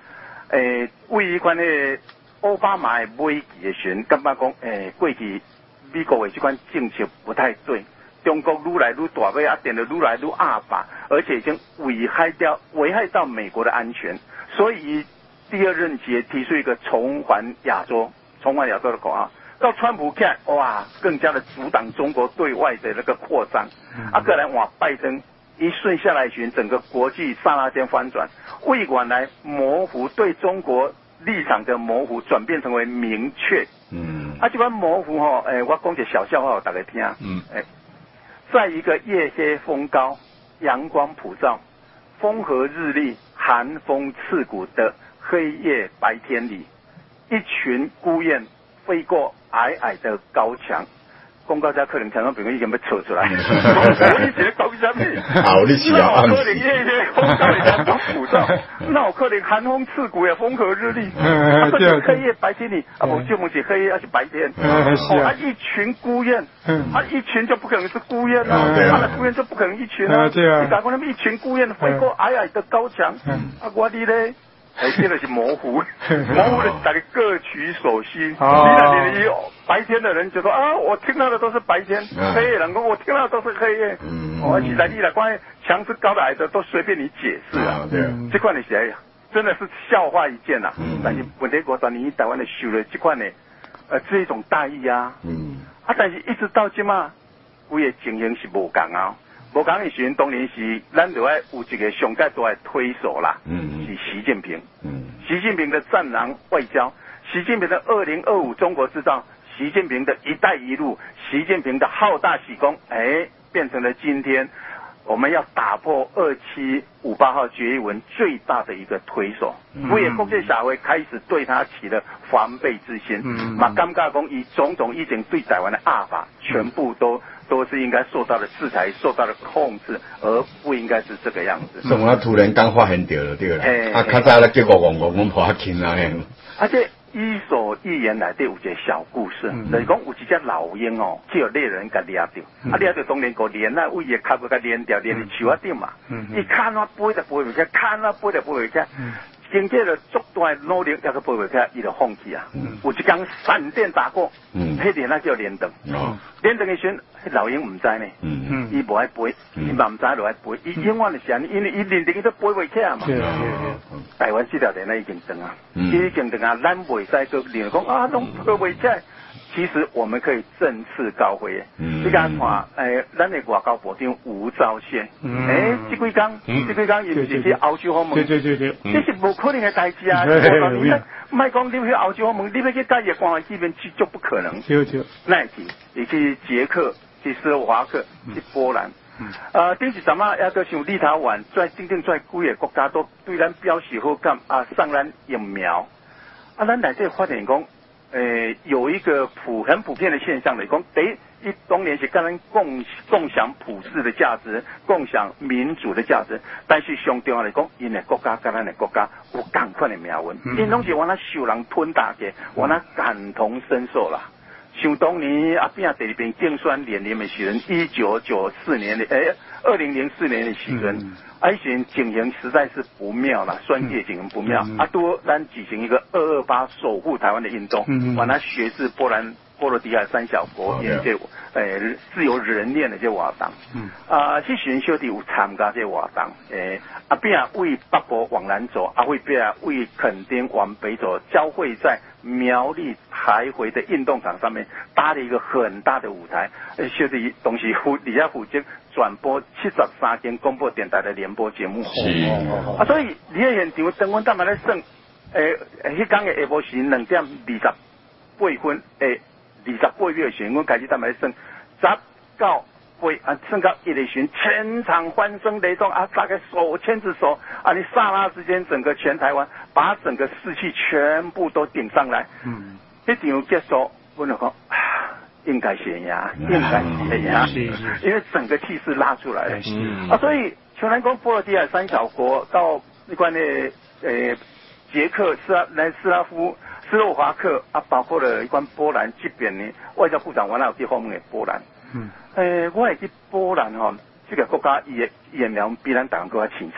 诶，为迄款诶奥巴马诶危机诶时，感觉讲诶过去美国诶这款政策不太对，中国愈来愈大尾，啊，变得愈来愈阿爸，而且已经危害掉危害到美国的安全，所以第二任期提出一个重返亚洲、重返亚洲的口号。到川普看，哇，更加的阻挡中国对外的那个扩张。嗯、啊，个人哇，拜登一顺下来巡，整个国际刹那间翻转，为原来模糊对中国立场的模糊，转变成为明确。嗯，啊，这款模糊哈，诶、欸，我讲一个小笑话，我大家听。嗯，诶、欸，在一个夜黑风高、阳光普照、风和日丽、寒风刺骨的黑夜白天里，一群孤雁飞过矮矮的高墙。公告家可能常常朋友已经要扯出来，我你觉得搞什么？ 好，你是啊， 那有可能夜夜风高阳光普照，那有可能寒风刺骨也风和日丽，啊，这是黑夜白天里，啊，不就不是黑夜，而是白天。哦，啊，一群孤雁，啊，一群就不可能是孤雁啊，啊，孤雁就不可能一群啊。你打过那么一群孤雁飞过矮矮的高墙，啊，我的嘞。哎，这个是模糊，模糊的大家各取所需。哦、你那里白天的人就说啊，我听到的都是白天；嗯、黑夜人说，我听到的都是黑夜。嗯，哦，现在你来关于墙是高的矮的，都随便你解释啊。对、嗯，这块的是真的是笑话一件呐、啊。嗯，但是本地国产你台湾的修了这块呢，呃，这一种大意啊。嗯，啊，但是一直到今嘛，规个情形是无共啊。无讲的时阵，当然是咱就爱有一个上界大的推手啦，嗯，是习近平，嗯，习近平的战狼外交，习近平的二零二五中国制造，习近平的一带一路，习近平的好大喜功，哎，变成了今天我们要打破二七五八号决议文最大的一个推手，所以国际社会开始对他起了防备之心，嗯，嘛感觉讲以种种以前对台湾的压法，全部都。都是应该受到的制裁、受到的控制，而不应该是这个样子。 所以我突然刚发现到了，对啦。欸、啊，较早咧结果戆戆，我无要听啊。 而且《伊索寓言》内底有一个小故事，嗯、就是讲有一只老鹰哦，去有猎人甲掠着，嗯、啊掠着当然个连啊，为伊脚骨甲连掉，连伫树仔顶嘛。伊看啊飞就飞袂起，看啊飞就飞袂起。嗯经过了足大的努力，抑个飞袂起，伊就放弃啊。嗯、有一天闪电打过，嗯，迄连啊叫连灯。哦，连灯的时阵，迄老鹰唔知呢。嗯嗯，伊无爱飞，伊嘛唔知落来飞，伊永远是安尼，因为伊连灯伊都飞袂起啊嘛。台湾这条连啊已经灯啊，已经灯啊，咱袂使个连讲啊，拢飞袂起。其实我们可以振翅高飞。嗯，你看看，诶、欸，咱的外交部长吴钊燮，嗯，诶、欸，这几天，嗯、这几天伊唔是去欧洲访问，对对对对，这是无可能的代志啊！你莫讲你去欧洲访问，你要去甲伊的关系这边去就不可能。对对，那去，你去捷克、去斯洛伐克、去波兰，嗯，呃，顶一阵啊，抑个像立陶宛，在顶顶在几个国家都对咱表示好感啊，送咱疫苗，啊，咱内底发现讲。呃，有一个普很普遍的现象来讲，第一，当然是跟人共共享普世的价值，共享民主的价值，但是上重要来讲，因的国家跟咱的国家有同款的命运，因拢是往那受人吞大嘅，往那感同身受啦。想当年阿扁第二遍竞选连任的时阵，一九九四年的诶，二零零四年的时阵，啊，迄时情形实在是不妙啦，选举情形不妙。嗯、啊，多咱举行一个二二八守护台湾的运动，嗯、把它学至波兰、波罗的海三小国，因这诶自由人念的这活动。嗯、啊，迄时小弟有参加这活动，诶，阿扁为北部往南走，阿会变为垦丁往北走，交汇在苗栗台回的运动场上面搭了一个很大的舞台，呃，小弟同时负底下负责转播七十三间广播电台的联播节目。是啊，所以你喺现场等阮当晚咧算，诶、呃，迄天嘅下晡时两点二十八分，诶，二十八秒时，阮开始当晚咧算，十到会啊，升到一类群，全场欢声雷动啊，大概手牵着手啊，你刹那之间，整个全台湾把整个士气全部都顶上来。嗯，一场结束，我就讲啊，应该是赢，应该是赢，因为整个气势拉出来了。嗯、啊，所以全南宫波罗的海三小国到那关的呃捷克、斯拉来斯拉夫、斯洛伐克啊，包括了一关波兰这边呢，外交部长完了有去访问的波兰。嗯，诶、欸，我会去波兰吼、喔，这个国家伊的疫苗比咱台湾国家清惨。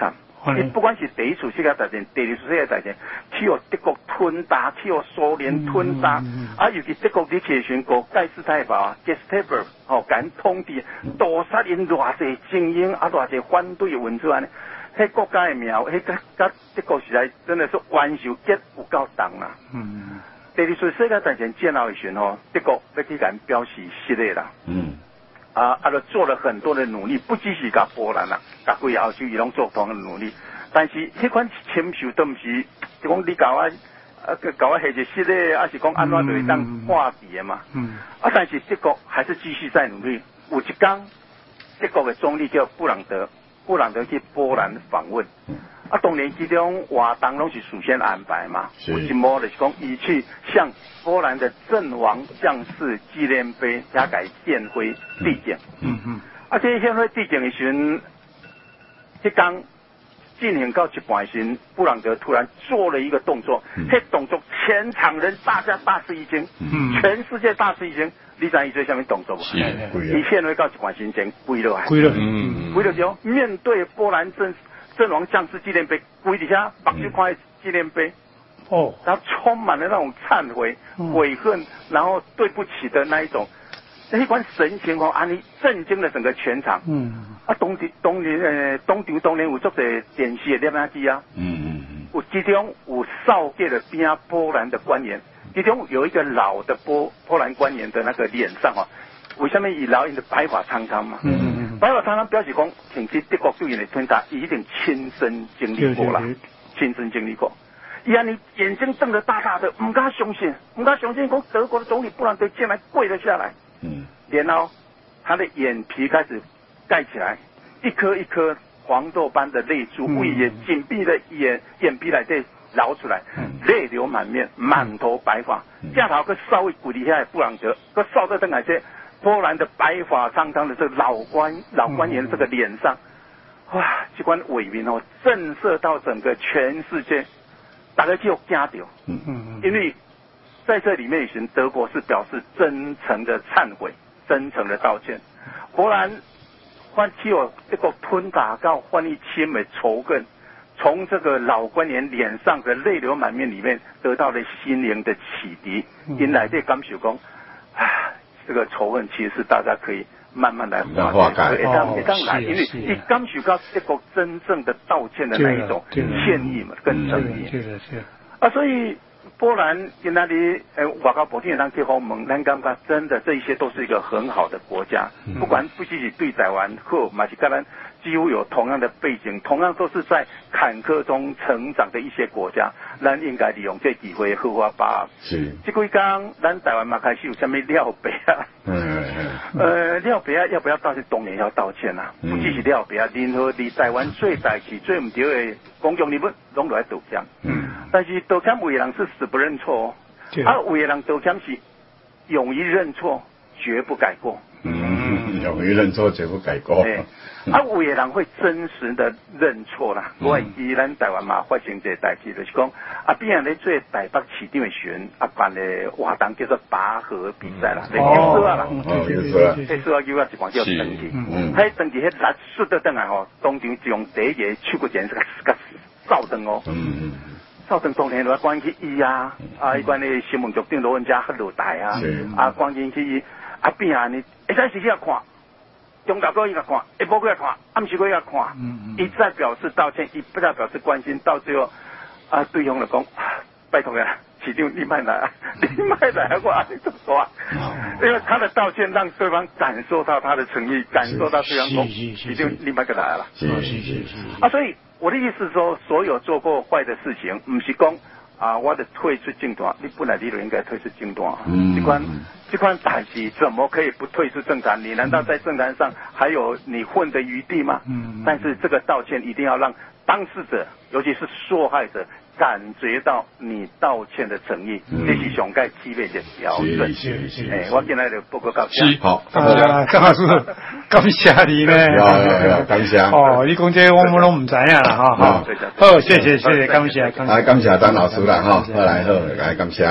你不管是第一次世界大战、第二次世界大战，去互德国吞打，去互苏联吞杀，嗯、啊，尤其德国你去选过盖世太保 Gestapo 吼，敢通敌，屠杀因偌济精英，啊，偌济反对的文字安尼，迄国家的名，迄甲甲德国实在真的是冤仇结有够重啦。嗯。第二次世界大战战后的时候，德国要去敢表示失利啦。嗯。啊啊！就做了很多的努力，不只是甲波兰啦，甲规个欧洲伊拢做同样的努力。但是迄款亲受都毋是，就讲你甲我啊，甲我下一失利，还是讲安怎就会当化敌嘛？嗯。啊，但是德国还是继续在努力。有一天，德国的总理叫布朗德，布朗德去波兰访问。嗯。啊，当然其中活动拢是事先安排嘛。有一幕就是讲，伊去向波兰的阵亡将士纪念碑加改献花致敬。嗯嗯。啊，这献花致敬的时阵，迄天进行到一半时，布朗德突然做了一个动作，迄、嗯、动作全场人大家大吃一惊，嗯、全世界大吃一惊。你知伊做啥物动作无？伊献花到一半时前跪落来，跪落，嗯，跪落之后面对波兰阵。阵亡将士纪念碑，跪底下绑去块纪念碑，哦，然后充满了那种忏悔、悔恨，然后对不起的那一种，那一款神情哦，啊，你震惊了整个全场。嗯，啊，当地当年呃，当场当年有做者电视的摄影机啊，嗯嗯嗯，有其中有扫过的边波兰的官员，其中有一个老的波波兰官员的那个脸上啊，为什么以老人的白发苍苍嘛？嗯。白发苍苍表示讲，其实德国对伊的吞杀，伊一定亲身经历过啦，亲身经历过。伊安尼眼睛瞪得大大的，唔敢相信，唔敢相信，讲德国的总理布兰德竟然跪了下来。嗯。然后他的眼皮开始盖起来，一颗一颗黄豆般的泪珠，为也紧闭的眼眼皮内底流出来，泪流满面，满头白发。正头个稍微跪底下的布兰德，个扫到灯来这。波兰的白发苍苍的这个老官老官员这个脸上，哇，这款伟民哦，震慑到整个全世界，大家就惊到，嗯嗯，因为在这里面，寻德国是表示真诚的忏悔，真诚的道歉。波兰换起有这个吞打到换一千的仇恨，从这个老官员脸上的泪流满面里面得到了心灵的启迪，因来这感受讲，啊。这个仇恨其实是大家可以慢慢来化解，一当一当来，因为你感受到这个真正的道歉的那一种歉意嘛，跟诚意。对的，是啊，所以波兰跟那里，呃，外交部长当去访问，咱感觉真的这一些都是一个很好的国家，不管不只是对台湾好，嘛是跟咱几乎有同样的背景，同样都是在坎坷中成长的一些国家，咱应该利用这机会好好把。是。这几天咱台湾嘛开始有什么廖白啊？嗯嗯。呃，廖白啊，要不要道歉？当然要道歉啦、啊。不只是廖白啊，任何离台湾最大事、最唔对的公众人物，拢来道歉。嗯。但是道歉有的人是死不认错哦，啊，有的人道歉是勇于认错，绝不改过。嗯， 勇于认错，绝不改过。 对。啊，有的人会真实的认错啦。我会记咱台湾嘛发生一个代志，就是讲啊，边人咧做台北市长的时阵，啊办的活动叫做拔河比赛啦，咧结束啊啦， 结束啊， 结束啊，叫啊一般叫登记。嗯，迄登记迄垃圾的登来吼，当场就用第一个手骨剪是个个扫灯哦。嗯嗯。扫灯当天就关去伊啊，啊，伊关的新闻局顶罗文家去落台啊，啊，关进去啊边啊呢，会使时去看。中岛哥伊个看，一波过来看，暗时过来看，一再表示道歉，一不再表示关心，到最后啊，对方就讲，拜托呀，市长你卖来，你卖来，我阿你怎么说啊？因为他的道歉让对方感受到他的诚意，感受到对方讲，市长你卖个来了。是是是是。啊，所以我的意思是说，所有做过坏的事情，不是讲啊，我的退出政坛，你本来你就应该退出政坛。嗯。这款这款打击怎么可以不退出政坛？你难道在政坛上还有你混的余地吗？嗯。但是这个道歉一定要让当事者，尤其是受害者，感觉到你道歉的诚意，这是上盖基本的标准。是是是。哎，我今天就报告到这。 好， 感谢，张老师，感谢你呢。 有有有，感谢。 哦，你讲这我们都唔知呀啦，哈。好，好，谢谢谢谢，感谢感谢。 来感谢张老师啦，哈，好来好，来感谢。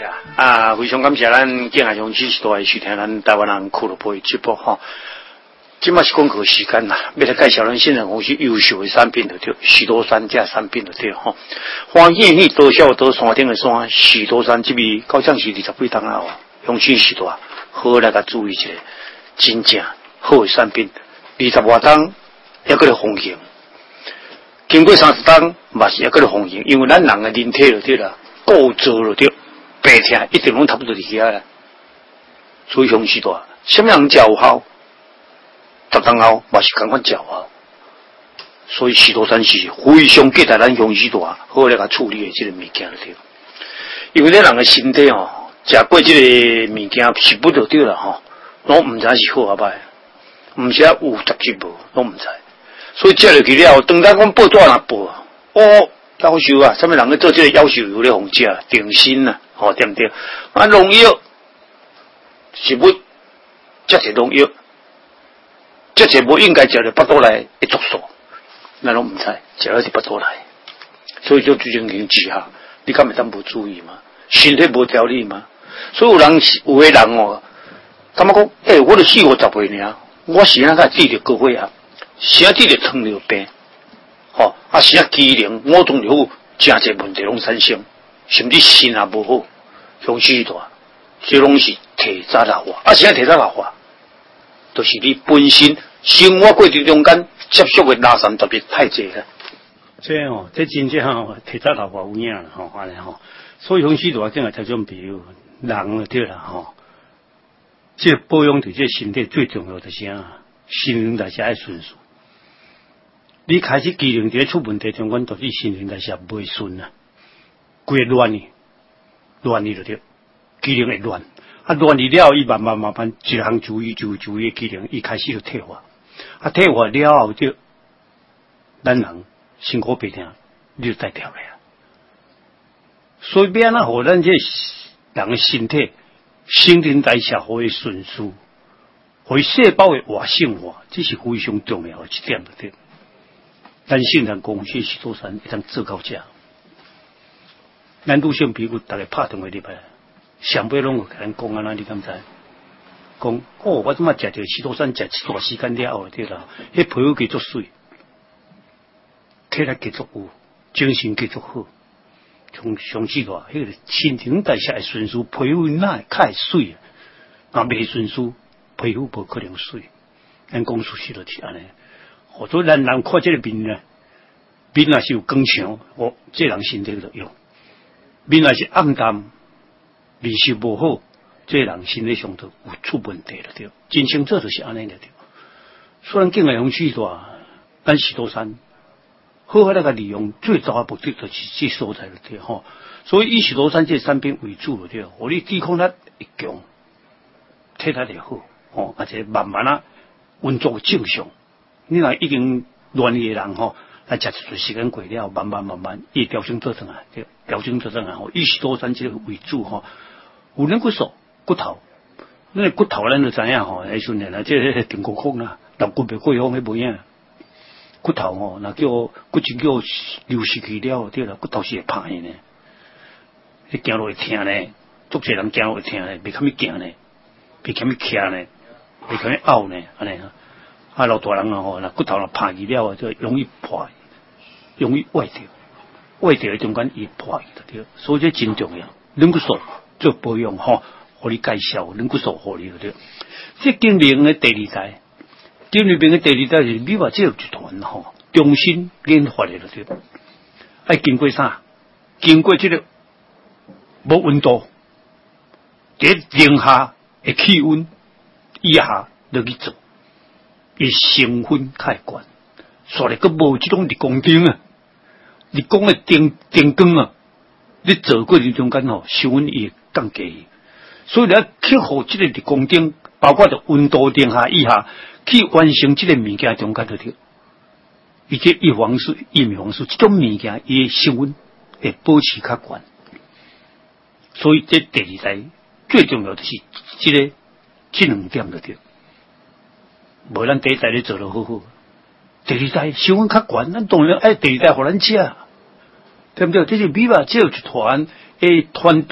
啦，啊，非常感谢咱境外乡支持大收听咱台湾人俱乐部的直播吼。即马是广告时间啦，要来介绍咱新人公司优秀的产品就对，许多山这产品就对吼。欢喜喜多少多山顶的山，许多山这边到将是二十几档啊，乡亲许多，好来甲注意一下，真正好的产品，二十外档还搁咧风行，经过三十档嘛是还搁咧风行，因为咱人的人体就对啦，构造就对，白天一定拢差不多伫遐啦，所以乡许多，什么人食有效？十档后嘛是共款食啊，所以许多山是非常期待咱乡许大好来甲处理的这个物件对。因为咱人的身体吼，食过这个物件是不就对啦吼，拢唔知是好啊歹，唔是啊有特质无，拢唔知。所以食落去了，当咱讲报纸若报，哦，夭寿啊，啥物人咧做这个夭寿油咧，红食定心啊，吼对唔对？啊，农药是不这些农药。这些不应该食的巴肚来一作数，咱拢唔知，食了是巴肚来，所以就最近经之下，你敢会当无注意吗？身体无调理吗？所以有人有个人哦，感觉讲，诶、欸，我著四五十岁尔，我是那个治着高血压，是啊治着糖尿病，吼、哦，啊是啊机能五种了好，真侪问题拢产生，甚至心也无好，凶虚大，这拢是体质老化，啊是啊体质老化。就是你本身生活过程中间接触的垃圾特别太济了。 这哦，这真正吼体质老化有影啦吼，安尼吼。所以从许多正个条种比如人对啦吼，这个保养对这个身体最重要的是啥？新陈代谢爱顺速。你开始机能在出问题，中间导致新陈代谢袂顺啊，规乱呢，乱呢就对，机能会乱。啊，乱去了，伊慢慢慢慢一项注意就注意的机能，伊开始就退化。啊，退化了后就，咱人辛苦白听，你就再调来啊。所以变啊，互咱这人的身体新陈代谢可以顺序，可以细胞的活性化，这是非常重要的一点的对。咱性人公司许多山一张做到这，咱女性皮肤大概拍电话入来。上尾拢有甲咱讲啊，你敢知？讲哦，我即马食着许多山食一段时间了后，对啦，迄皮肤继续水，体力继续有，精神继续好，从上至大，迄个新陈代谢的顺序，皮肤哪会较会水啊？若未顺序，皮肤无可能水。咱讲事实就是安尼。或者咱人看这个面呢，面若是有光强，哦，这人身体就用；面若是暗淡。面色无好，这人身体上头有出问题了对，真清楚就是安尼了对。虽然境外乡许大，咱许多山好好那个利用最早的目的就是这所在了对吼。所以以许多山这产品为主了对，互你抵抗力会强，体力会好，吼，而且慢慢啊运作正常。你若已经乱的人吼。啊，食一段时间过了，慢慢慢慢，伊调整做成啊，调整做成啊，吼，以许多山这个为主吼。有人骨素、骨头，那骨头咱就知影吼，迄训练啊，这个定骨控啦，六骨别过风迄无影。骨头吼，那叫骨质叫流失去了，对啦，骨头是会歹呢。你行路会疼呢，足侪人行路会疼呢，袂堪咪行呢，袂堪咪徛呢，袂堪咪拗呢，安尼啊。啊，老大人啊吼，那骨头若歹去了，就容易破。容易坏掉，坏掉中间易破的对，所以这真重要。人骨素做保养吼，互你介绍人骨素互你对。这经灵的第二代，经里边的第二代是美国这集团吼，重新研发的对。爱经过啥？经过这个无温度，在零下的气温以下落去做，伊成分较会悬，所以佮无这种日光灯啊。你讲的电电光啊，你做过程中间吼，收温也降低，所以你要克服这个日光灯，包括着温度零下以下，去完成这个物件中间就对。而且叶黄素、叶米黄素这种物件，伊收温会保持较悬，所以这第二代最重要的是这个这两点就对。无咱第一代咧做得好好。第二代收温较悬，咱当然爱第二代互咱食，对不对？这是美国这集团诶团队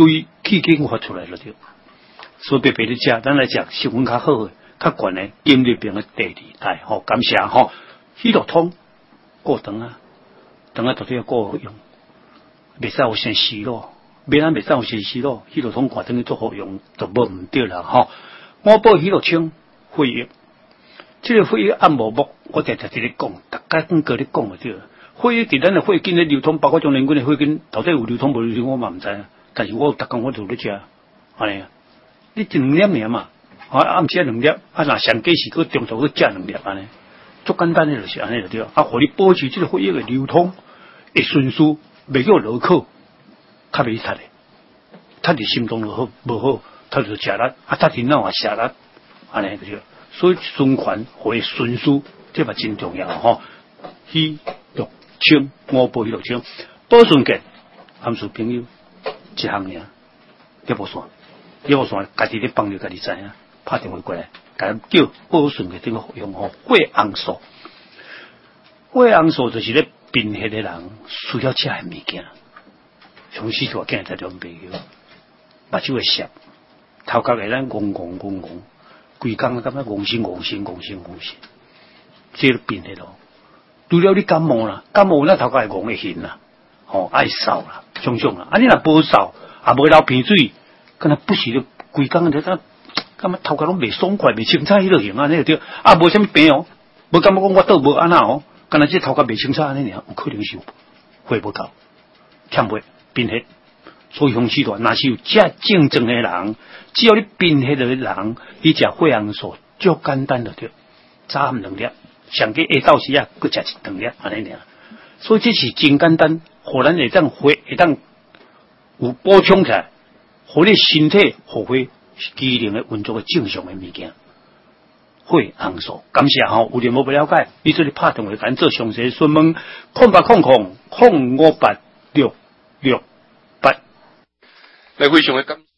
气经发出来了对。所以白白的食，咱来食食温较好诶，较悬诶，金日病诶第二代吼，感谢吼，迄落通过长啊，长啊到底要过用，袂使有先死咯，袂咱袂使有先死咯，迄落通挂等于做好用，就无毋对啦吼。我报迄落清血液，即、這个血液按摩目，我常常伫咧讲，大家跟个咧讲就对了。血液伫咱诶血筋咧流通，包括中年军诶血筋，到底有流通无流通，我嘛毋知。但是我逐工我都咧食，安尼啊。你一两粒尔嘛，啊暗时两粒，啊若上计是佮中途佮食两粒安尼，足简单诶就是安尼就对。啊，互你保持即个血液诶流通，会顺序，袂叫落口，较袂塌诶，塌伫心脏就好，无好，塌就食力，啊塌伫脑啊食力，安尼就对。所以循环会顺序，这嘛真重要吼。喜乐清，我报喜乐清，保顺健，含属朋友一项尔，叶无线。叶无线，家己咧帮着家己知影，拍电话过来，甲叫保顺嘅这个用吼血红素。血红素就是咧贫血嘅人需要食嘅物件，从细大囝在种朋友，目睭会涩，头壳会咱戆戆戆戆，规工感觉戆心戆心戆心戆心，这个贫血咯。除了你感冒啦，感冒咱头壳会戆会痕啦，吼爱扫啦，种种啦，啊你若无扫，也无流鼻水。敢若不时就规工就咱，感觉头壳拢袂爽快，袂清楚迄落型安尼就对。啊，无啥物病哦，无感觉讲我倒无安那哦，敢若即头壳袂清楚安尼尔，有可能是血无够，欠血贫血。所以雄起大，若是有遮症状诶人，只要你贫血诶人，你食血红素足简单就对，早暗两粒，上计下昼时啊，佮食一两粒安尼尔。所以这是真简单，互咱会当血会当有补充起来。互你身体发挥机能的运作的正常的物件，血红素。感谢吼，有任何不了解，你做你拍电话咱做详细询问，空八空空空五八六六八。 来非常的感。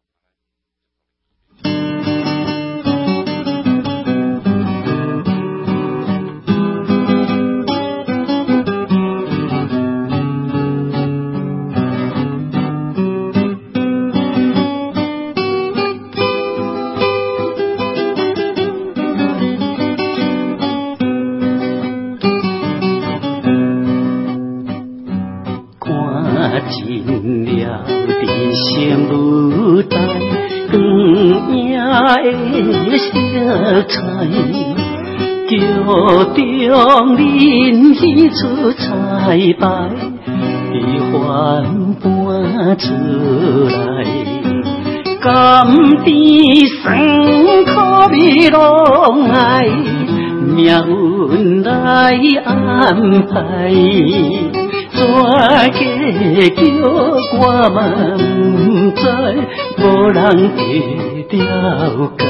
进了人生舞台，光影的色彩，叫中人喜出彩排，悲欢搬出来，甘甜酸苦味拢爱，命运来安排。怎个叫我嘛不知，无人会了解。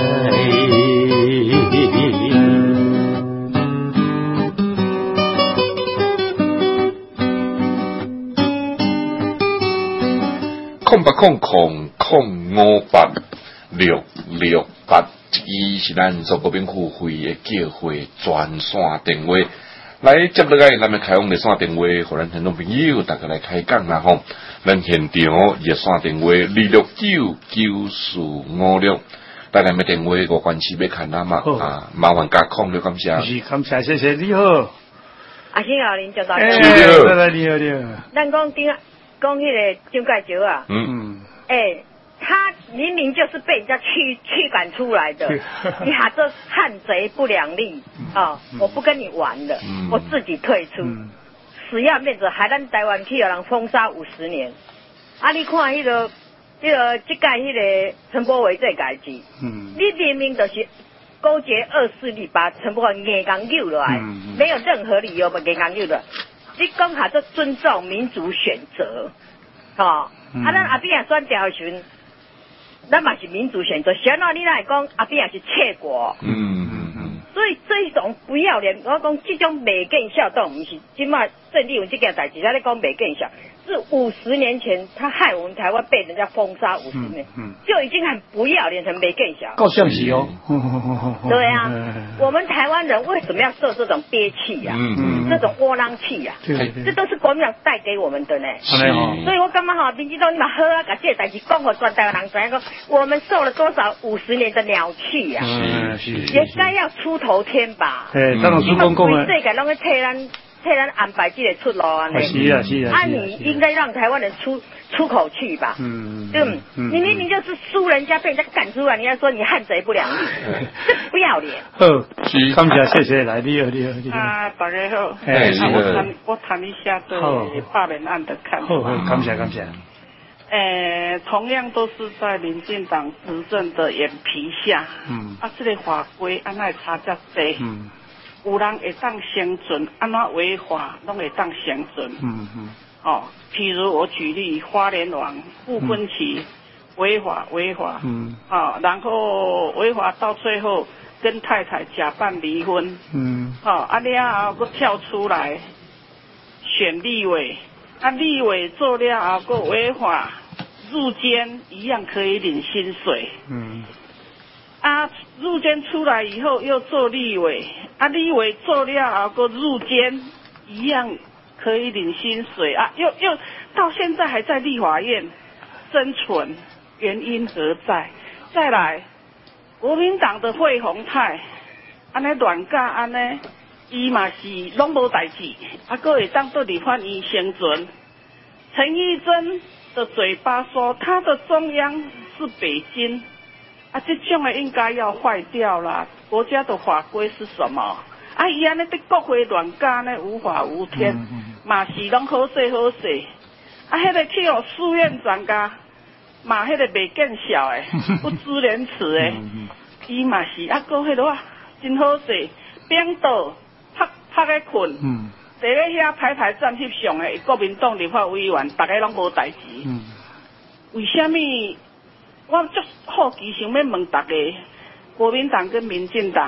空八空空空五八六六八，伊是咱所国宾付费的叫会专线电话。来接落来，咱们开放热线电话，互咱听众朋友大家来开讲啦吼。咱现场热线电话二六九九四五六，咱咱的电话我关系要看啦嘛啊，麻烦加空了，感谢。 是感谢，谢谢你好。 阿星老林就到这。 哎，你好，你好。 咱讲顶讲迄个蒋介石啊， 嗯嗯， 哎。他明明就是被人家驱驱赶出来的，你还这汉贼不两立啊、哦！我不跟你玩了，嗯、我自己退出，嗯、死要面子，还咱台湾去有人封杀五十年。啊，你看迄、那个、迄、那个这届迄个陈柏惟这代志，嗯、你明明就是勾结恶势力，把陈柏惟硬刚扭落来，嗯、没有任何理由把硬刚扭落来。你讲下这尊重民主选择，哦，嗯、啊，咱阿扁也选调选。咱嘛是民主选择，谁让你来讲阿扁也是窃国？嗯嗯嗯。所以这一种不要脸，我讲这种袂见效，都不是今嘛郑丽文这件代志，他在讲袂见效，是五十年前他害我们台湾被人家封杀五十年，嗯嗯、就已经很不要脸，成袂见效。 够像是哦。 对啊，我们台湾人为什么要受这种憋气啊？嗯嗯。 是这种窝囊气呀、啊， 对对对， 这都是国民党带给我们的呢。所以我感觉哈，民进党你嘛好啊，把这个代志讲给全台湾人知影，讲我们受了多少五十年的鸟气呀、啊， 嗯是， 也该要出头天吧。 哎，当然是公共啊。 世界拢去替咱替咱安排这个出路啊。 是啊是啊。 啊，你应该让台湾人出出口气吧。嗯嗯。嗯，你明明就是输人家，被人家赶出来，你还说你汉贼不两立，这不要脸。 好，感谢谢谢来，你好你好你好。 啊，大家好。 哎， 我谈我谈一下对罢免案的看法。 好，好，感谢感谢。 呃，同样都是在民进党执政的眼皮下，嗯，啊，这个法规安那差遮多，嗯，有人会当生存，安那违法拢会当生存，嗯嗯，哦，譬如我举例，花莲王不分期违法违法，嗯，啊、哦，然后违法到最后跟太太假扮离婚，嗯，好、哦，啊了后佫跳出来选立委，啊立委做了后佫违法。入监一样可以领薪水，嗯，啊，入监出来以后又做立委，啊，立委做了后又入监，一样可以领薪水，啊，又又到现在还在立法院生存，原因何在？再来，国民党的惠鸿泰，安尼乱搞安尼，伊嘛是拢无代志，啊，佫会当倒伫法院生存。陈玉珍的嘴巴说他的中央是北京，啊，这种的应该要坏掉啦。国家的法规是什么？啊，伊安尼在国会乱搞呢，无法无天，嘛、嗯嗯、是拢好势好势。啊，迄、那个去互书院长家，嘛迄个袂见笑诶，不知廉耻诶，伊嘛是啊，个迄个啊，真好势，边倒拍拍个困。嗯坐咧遐排排站翕相诶，国民党立法委员，大家拢无代志。嗯。为什么？我足好奇想要问大家，国民党跟民进党，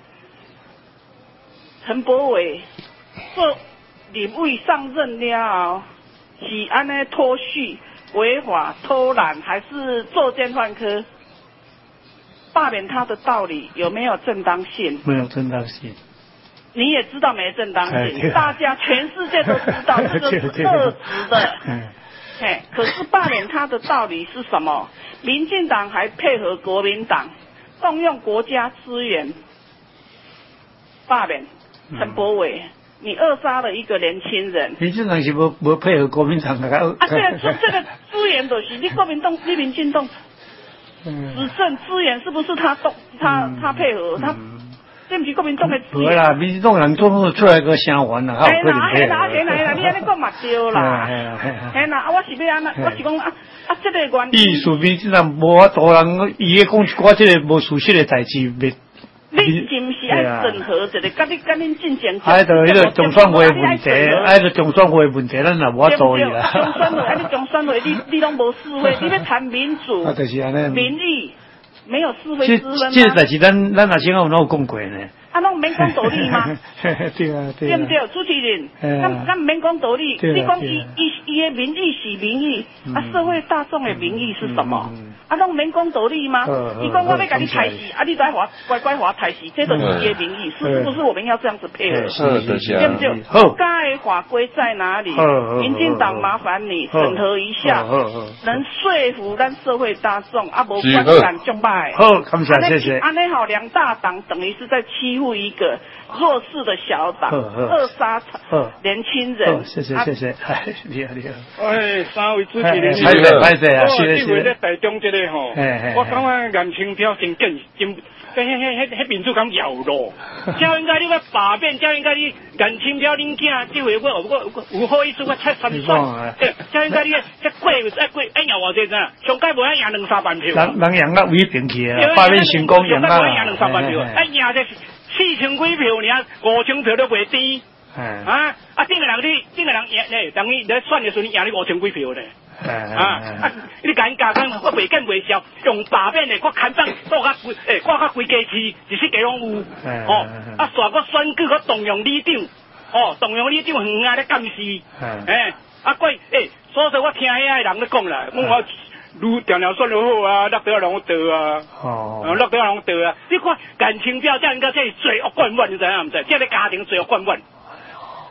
陈柏惟做立委上任了后，是安尼脱序、违法、偷懒，还是作奸犯科？罢免他的道理有没有正当性？ 没有正当性。 你也知道没正当性，大家全世界都知道这个是恶质的。哎，可是罢免他的道理是什么？民进党还配合国民党，动用国家资源罢免陈柏惟，你扼杀了一个年轻人。 民进党是无无配合国民党的。啊， 这个这个资源都是你国民党、你民进党执政资源是不是他动他他配合他？这不是国民党的资源。 对啦，民进党人做出出来个声援啦，还有可能配合。哎啦，哎啦，哎啦，你安尼讲嘛对啦。哎啦，啊，我是要安那，我是讲啊啊，这个原因。意思民进党无法度人，伊个讲一寡这个无属实的代志，袂。 你是不是爱整合一个？甲你甲恁进前。 哎，就迄个中选会问题，哎，就中选会问题，咱也无法做伊啦。 中选会，啊，你中选会，你你拢无是非，你要谈民主、民意。没有是非之分吗？ 这这代志咱咱也先有哪有讲过呢？ 啊，拢免讲道理吗？ 对啊，对啊。 对不对？主持人，咱咱免讲道理，你讲伊伊伊的民意是民意，啊，社会大众的民意是什么？啊，拢免讲道理吗？伊讲我要甲你抬死，啊，你在华乖乖华抬死，这都是伊的民意，是不是我们要这样子配合？ 是的， 对不对？该法规在哪里？民进党麻烦你审核一下，能说服咱社会大众，啊，无观感崇拜。 好，感谢谢谢。 安尼好，两大党等于是在欺负一个弱势的小党，扼杀年轻人。 谢谢谢谢，哎，你好你好。 哎，三位主持人， 谢谢谢谢啊，谢谢。 这位在台中这个吼，我感觉颜清标真正真，迄迄迄迄民主党摇咯。照应该你要罢免，照应该你颜清标恁囝，这回我我我有好意思我七三算，照应该你这过哎过哎赢偌济咋？上届无爱赢两三万票。 人人赢了为平去啊，罢免成功赢了。 上届无爱赢两三万票，哎赢这四千几票尔，五千票都袂低。啊啊！顶个人你顶个人赢咧，等于咧选的时候你赢你五千几票咧。啊啊！你甲因加讲，我袂见袂消，用罢免的，我看上做较规，诶，我较规家市，一世家拢有。哦，啊，煞我选举，我动用里长，哦，动用里长远啊咧干事。诶，啊，过诶，所以我听遐个人咧讲啦，我愈条条选就好啊，落倒拢得啊。哦，落倒拢得啊！你看感情表，这应该这罪恶贯满，你知影毋知？这个家庭罪恶贯满。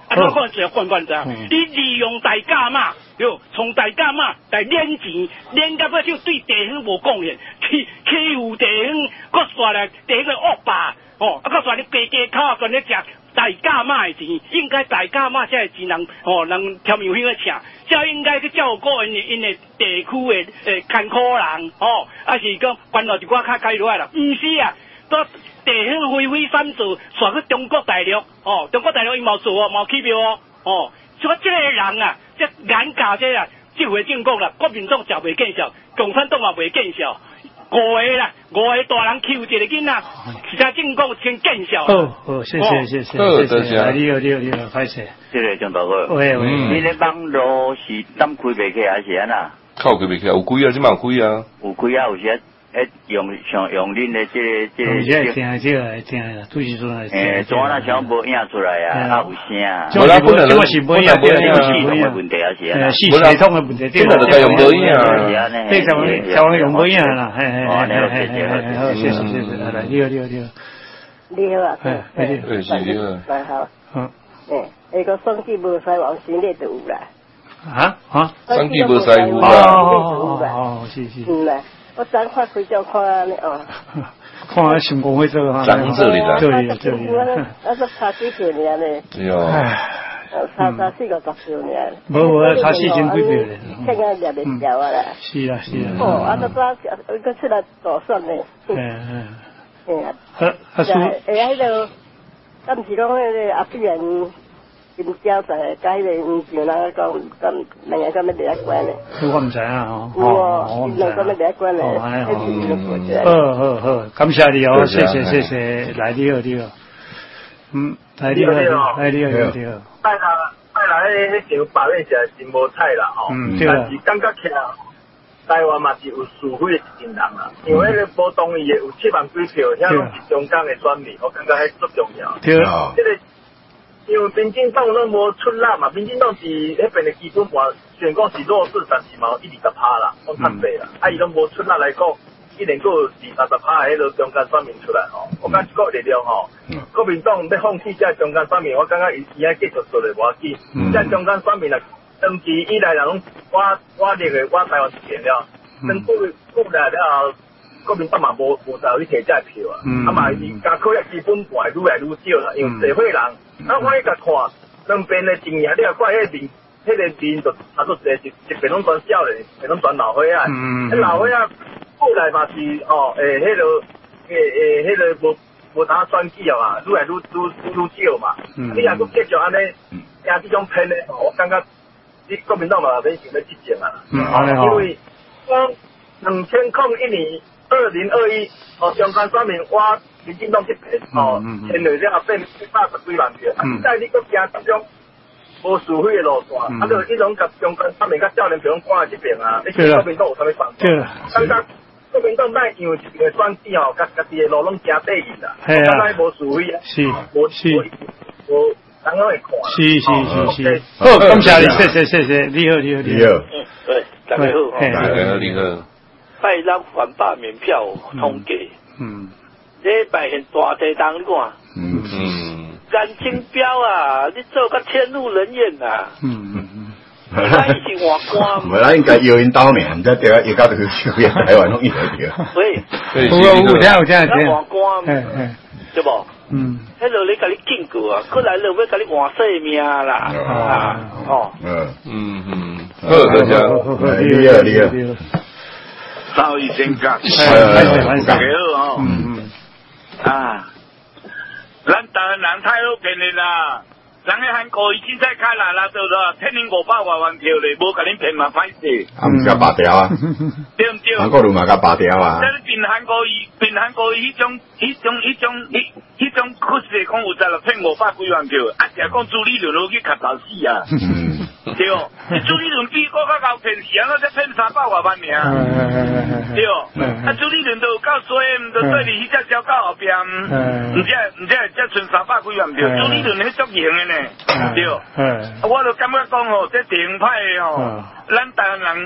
啊，我讲只罐罐咋？你利用大价嘛，哟，从大价嘛来敛钱，敛到尾就对地方无贡献，欺欺负地方，搁煞来地方恶霸，哦，啊，搁煞你家家口全咧食大价嘛的钱，应该大价嘛才会钱人哦，人挑苗兴去请，才应该去照顾因因的地区的诶艰苦人，哦，啊是讲关落一寡较解落来啦，毋是啊，都地方飞飞闪做，煞去中国大陆，哦，中国大陆伊冇做哦，冇起票哦，哦，所以这个人啊，这眼界这啊，这回政府啦，国民党就袂见效，共产党也袂见效。五个啦，五个大人欺负一个囡仔，其他政府先见效。 哦哦，谢谢谢谢好， 谢谢，你好你好你好，歹势。 这个张大哥， 喂喂， 你咧网络是单开袂起还是安那？ 靠开袂起，有开啊，即嘛有开啊。 有开啊，有时诶用像用恁的这个这个。 有些听这个听啦，都是说来。 诶，怎啊像无影出来啊？啊有声。 无啦，本来就是无影，本来就是无影问题啊是啊。 呃，系统的问题， 本来就该用无影啊。 对，台湾台湾用无影啦，嘿嘿嘿嘿嘿，好，谢谢谢谢，来来，你好你好你好。 你好啊， 哎，你好， 你好。 来好。 嗯。 诶，那个双击无使往新的就有啦。 啊啊！ 双击无使有啦。 哦哦，是是。 嗯啦。我昨看开就看安尼哦， 看下成功会做哈， 长这里啦， 这里这里。 我说差几票尔呢？ 哎呦， 差差四个十票尔。 无无，差四千几票咧。 现在也袂掉啊啦。 是啦是啦。 哦，啊，都早个出来大选呢。 嗯嗯。 嗯啊。 好，啊叔。 诶，迄个，敢是讲迄个阿必然。金交在甲迄个唔像人讲，咁两个咁样第一关咧。 我唔知啊，哦， 我唔知。两个咁样第一关咧。 哦，好好好，感謝你哦，謝謝謝謝，來你好你好，嗯，來你好來你好來你好你好。 拜啦拜啦，迄迄場罷免是真無彩啦吼，但是感覺起來台灣嘛是有輸匪的一群人啦，因為迄個無同意的有七萬幾票，遐攏是中間的選民，我感覺迄足重要。對啊。這個因為民進黨攏無出力嘛，民進黨是迄邊的基本盤雖然講是弱勢，但是嘛有一二十趴啦，講較濟啦。啊，伊攏無出力來講，依然佫有二三十趴的迄個中間選民出來吼。我感覺這個力量吼，國民黨要放棄這中間選民，我感覺伊伊愛繼續做咧無要緊。這中間選民啊，長期以來人攏我我那個我台灣一片了，等過過來了後，國民黨嘛無無再去摕這票啊，啊嘛伊加考咧基本盤愈來愈少啦，因為社會人。啊，我迄個看兩邊的陣營，你又看迄個面，迄個面就差不多一一一邊攏轉少年，一邊攏轉老歲啊。嗯。迄老歲啊，過來嘛是哦，誒，迄個誒誒，迄個無無打選舉啊嘛，愈來愈愈愈少嘛。嗯。你若佫繼續安尼，驚這種偏咧，我感覺你國民黨嘛免想要執政啊。嗯，好嘞好。因為講兩千零一年二零二一，哦，中間選民我。民進黨這邊哦，前兩日也變一百十幾萬票，啊！現在你佫行這種無是非的路線，啊！就呢種甲中間他們甲少年票攏趕在這邊啊！你國民黨有啥物辦法？感覺國民黨賣因為一個選舉吼，甲家己的路攏行對應啦，我感覺無是非啊， 是無是無人攏會看。 是是是是，好，感謝你，謝謝謝謝，你好你好你好。 嗯，對，大家好， 大家好你好。 拜咱反罷免票通過。嗯。這擺現大地當你看，嗯嗯，顏清標啊，你做個天怒人怨啊，嗯嗯嗯，咱是換官， 唔係啦，應該要因兜呢，唔知點解要搞到佢少嘢台灣攏一條條。 喂， 有有有聽有聽有聽， 咱換官，對不？嗯，迄落你甲你警告啊，過來了要甲你換性命啦，啊，哦， 嗯嗯嗯，好，大家好， 你好你好， 稍一先講，大家好，嗯嗯。啊！咱台灣人太好騙的啦，人喺韓國已經在開啦啦，對不對？天年五百萬萬票咧，無甲恁騙嘛歹勢。 啊，唔是甲拔掉啊？ 對唔對？ 韓國路嘛甲拔掉啊？ 即係變韓國語，變韓國語迄種、迄種、迄種、迄、迄種確實講有在啦，騙五百幾萬票，啊，成日講朱立倫落去卡頭死啊！對哦，朱立倫比我較高騙死啊，我才騙三百外萬名。對哦，啊，朱立倫都有夠衰，唔都對你迄隻小到後邊，唔知唔知才剩三百幾萬票，朱立倫迄足型嘅呢，對哦，我就感覺講吼，這地方派吼，咱台灣人。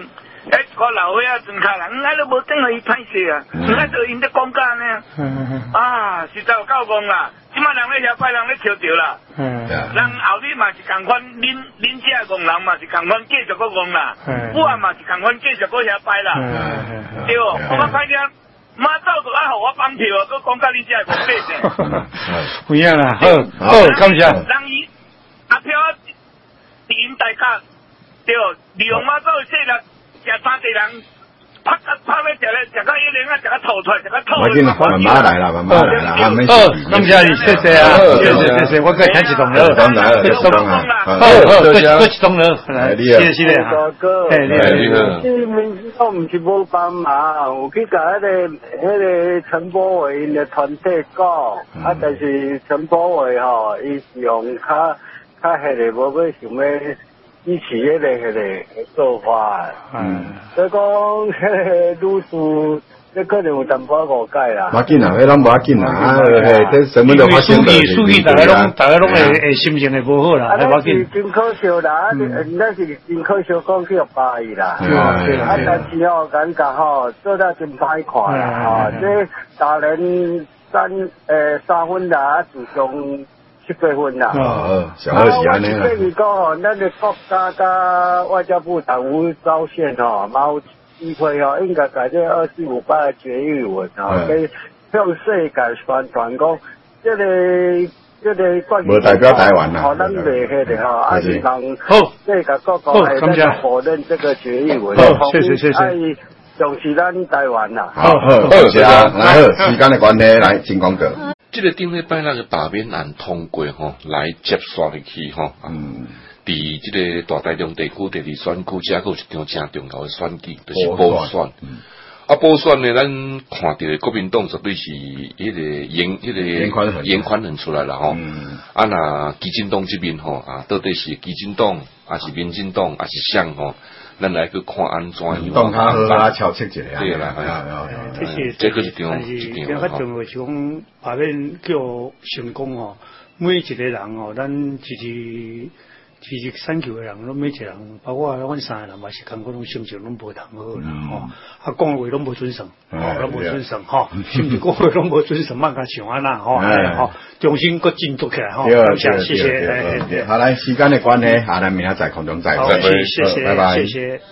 哎，一个老伙仔装卡人，俺都无等互伊歹势啊，俺就因咧讲假呢。啊，实在有够戆啦！即摆人咧遐摆人咧笑着啦。人后日嘛是共款，恁恁遮戆人嘛是共款继续搁戆啦，我嘛是共款继续搁遐摆啦。对，我歹听。妈走就爱互我放票，佮讲到你遮个白者。 不一样啦，好，好，感谢。 人伊阿飘伫因大家，对，利用妈走说啦，食三地人拍拍咧食咧，食到一零啊，食到吐出来，食到吐。 我见慢慢来啦，慢慢来啦，还没。 好，感谢你，谢谢啊，谢谢谢谢，我可以听一动了， 当然了，当然了， 好，好，谢谢，一动了，来，谢谢谢谢哈。 大哥， 哎，你好。 这民进党唔是无帮忙，有去甲迄个迄个陈柏惟因的团体讲，啊，但是陈柏惟吼，伊是用较较迄个无要想要支持迄个迄个做法，嗯，所以讲迄个律师。这可能有淡薄误解啦。 冇紧啦，迄拢无要紧啦，啊，嘿，这什么都发生的。 数据大家拢大家拢会会心情会无好啦， 冇紧。真可笑啦，那是真可笑，讲去互巴伊啦。啊，但是吼，感觉吼做得真歹看啦，啊，这大人三诶三分啦，自从七八分啦。 哦，小二是安尼啦。 所以讲吼，咱的国家甲外交部党务招线吼，冇。机会哦，应该改这二四五八的决议文哦，给向世界宣传讲，这个这个关于无代表台湾啦， 哦，咱袂迄个吼，啊，是讲好， 世界各国还在否认这个决议文， 好，谢谢谢谢， 爱重视咱台湾啦， 好好，谢谢啊，来好，时间的关系，来请讲个。 这个顶礼拜那个罢免案通过吼，来接刷入去吼，嗯。伫即个大台中地区第二选区，遮个有一场正重要的选举，就是补选。啊，补选呢，咱看到国民党绝对是迄个严迄个严宽恒出来了吼。啊，那基进党这边吼啊，到底是基进党，还是民进党，还是谁吼？咱来去看安怎样。 党较好啊，敲测一下。 对啦，系啊，这是这个是场一场吼。较重要是讲，下面叫成功吼，每一个人吼，咱其实。其实选球的人，拢每一个人，包括阮三个人嘛，是感觉拢心情拢无同好啦，吼、嗯，啊讲话拢无准绳，吼、哦，拢无准绳，吼，甚至讲话拢无准绳，莫甲像安那，吼，吼，重新搁振作起来，吼，感谢，谢谢， 好来，时间的关系，下来明仔载空中再会， 谢谢， 拜拜， 谢谢。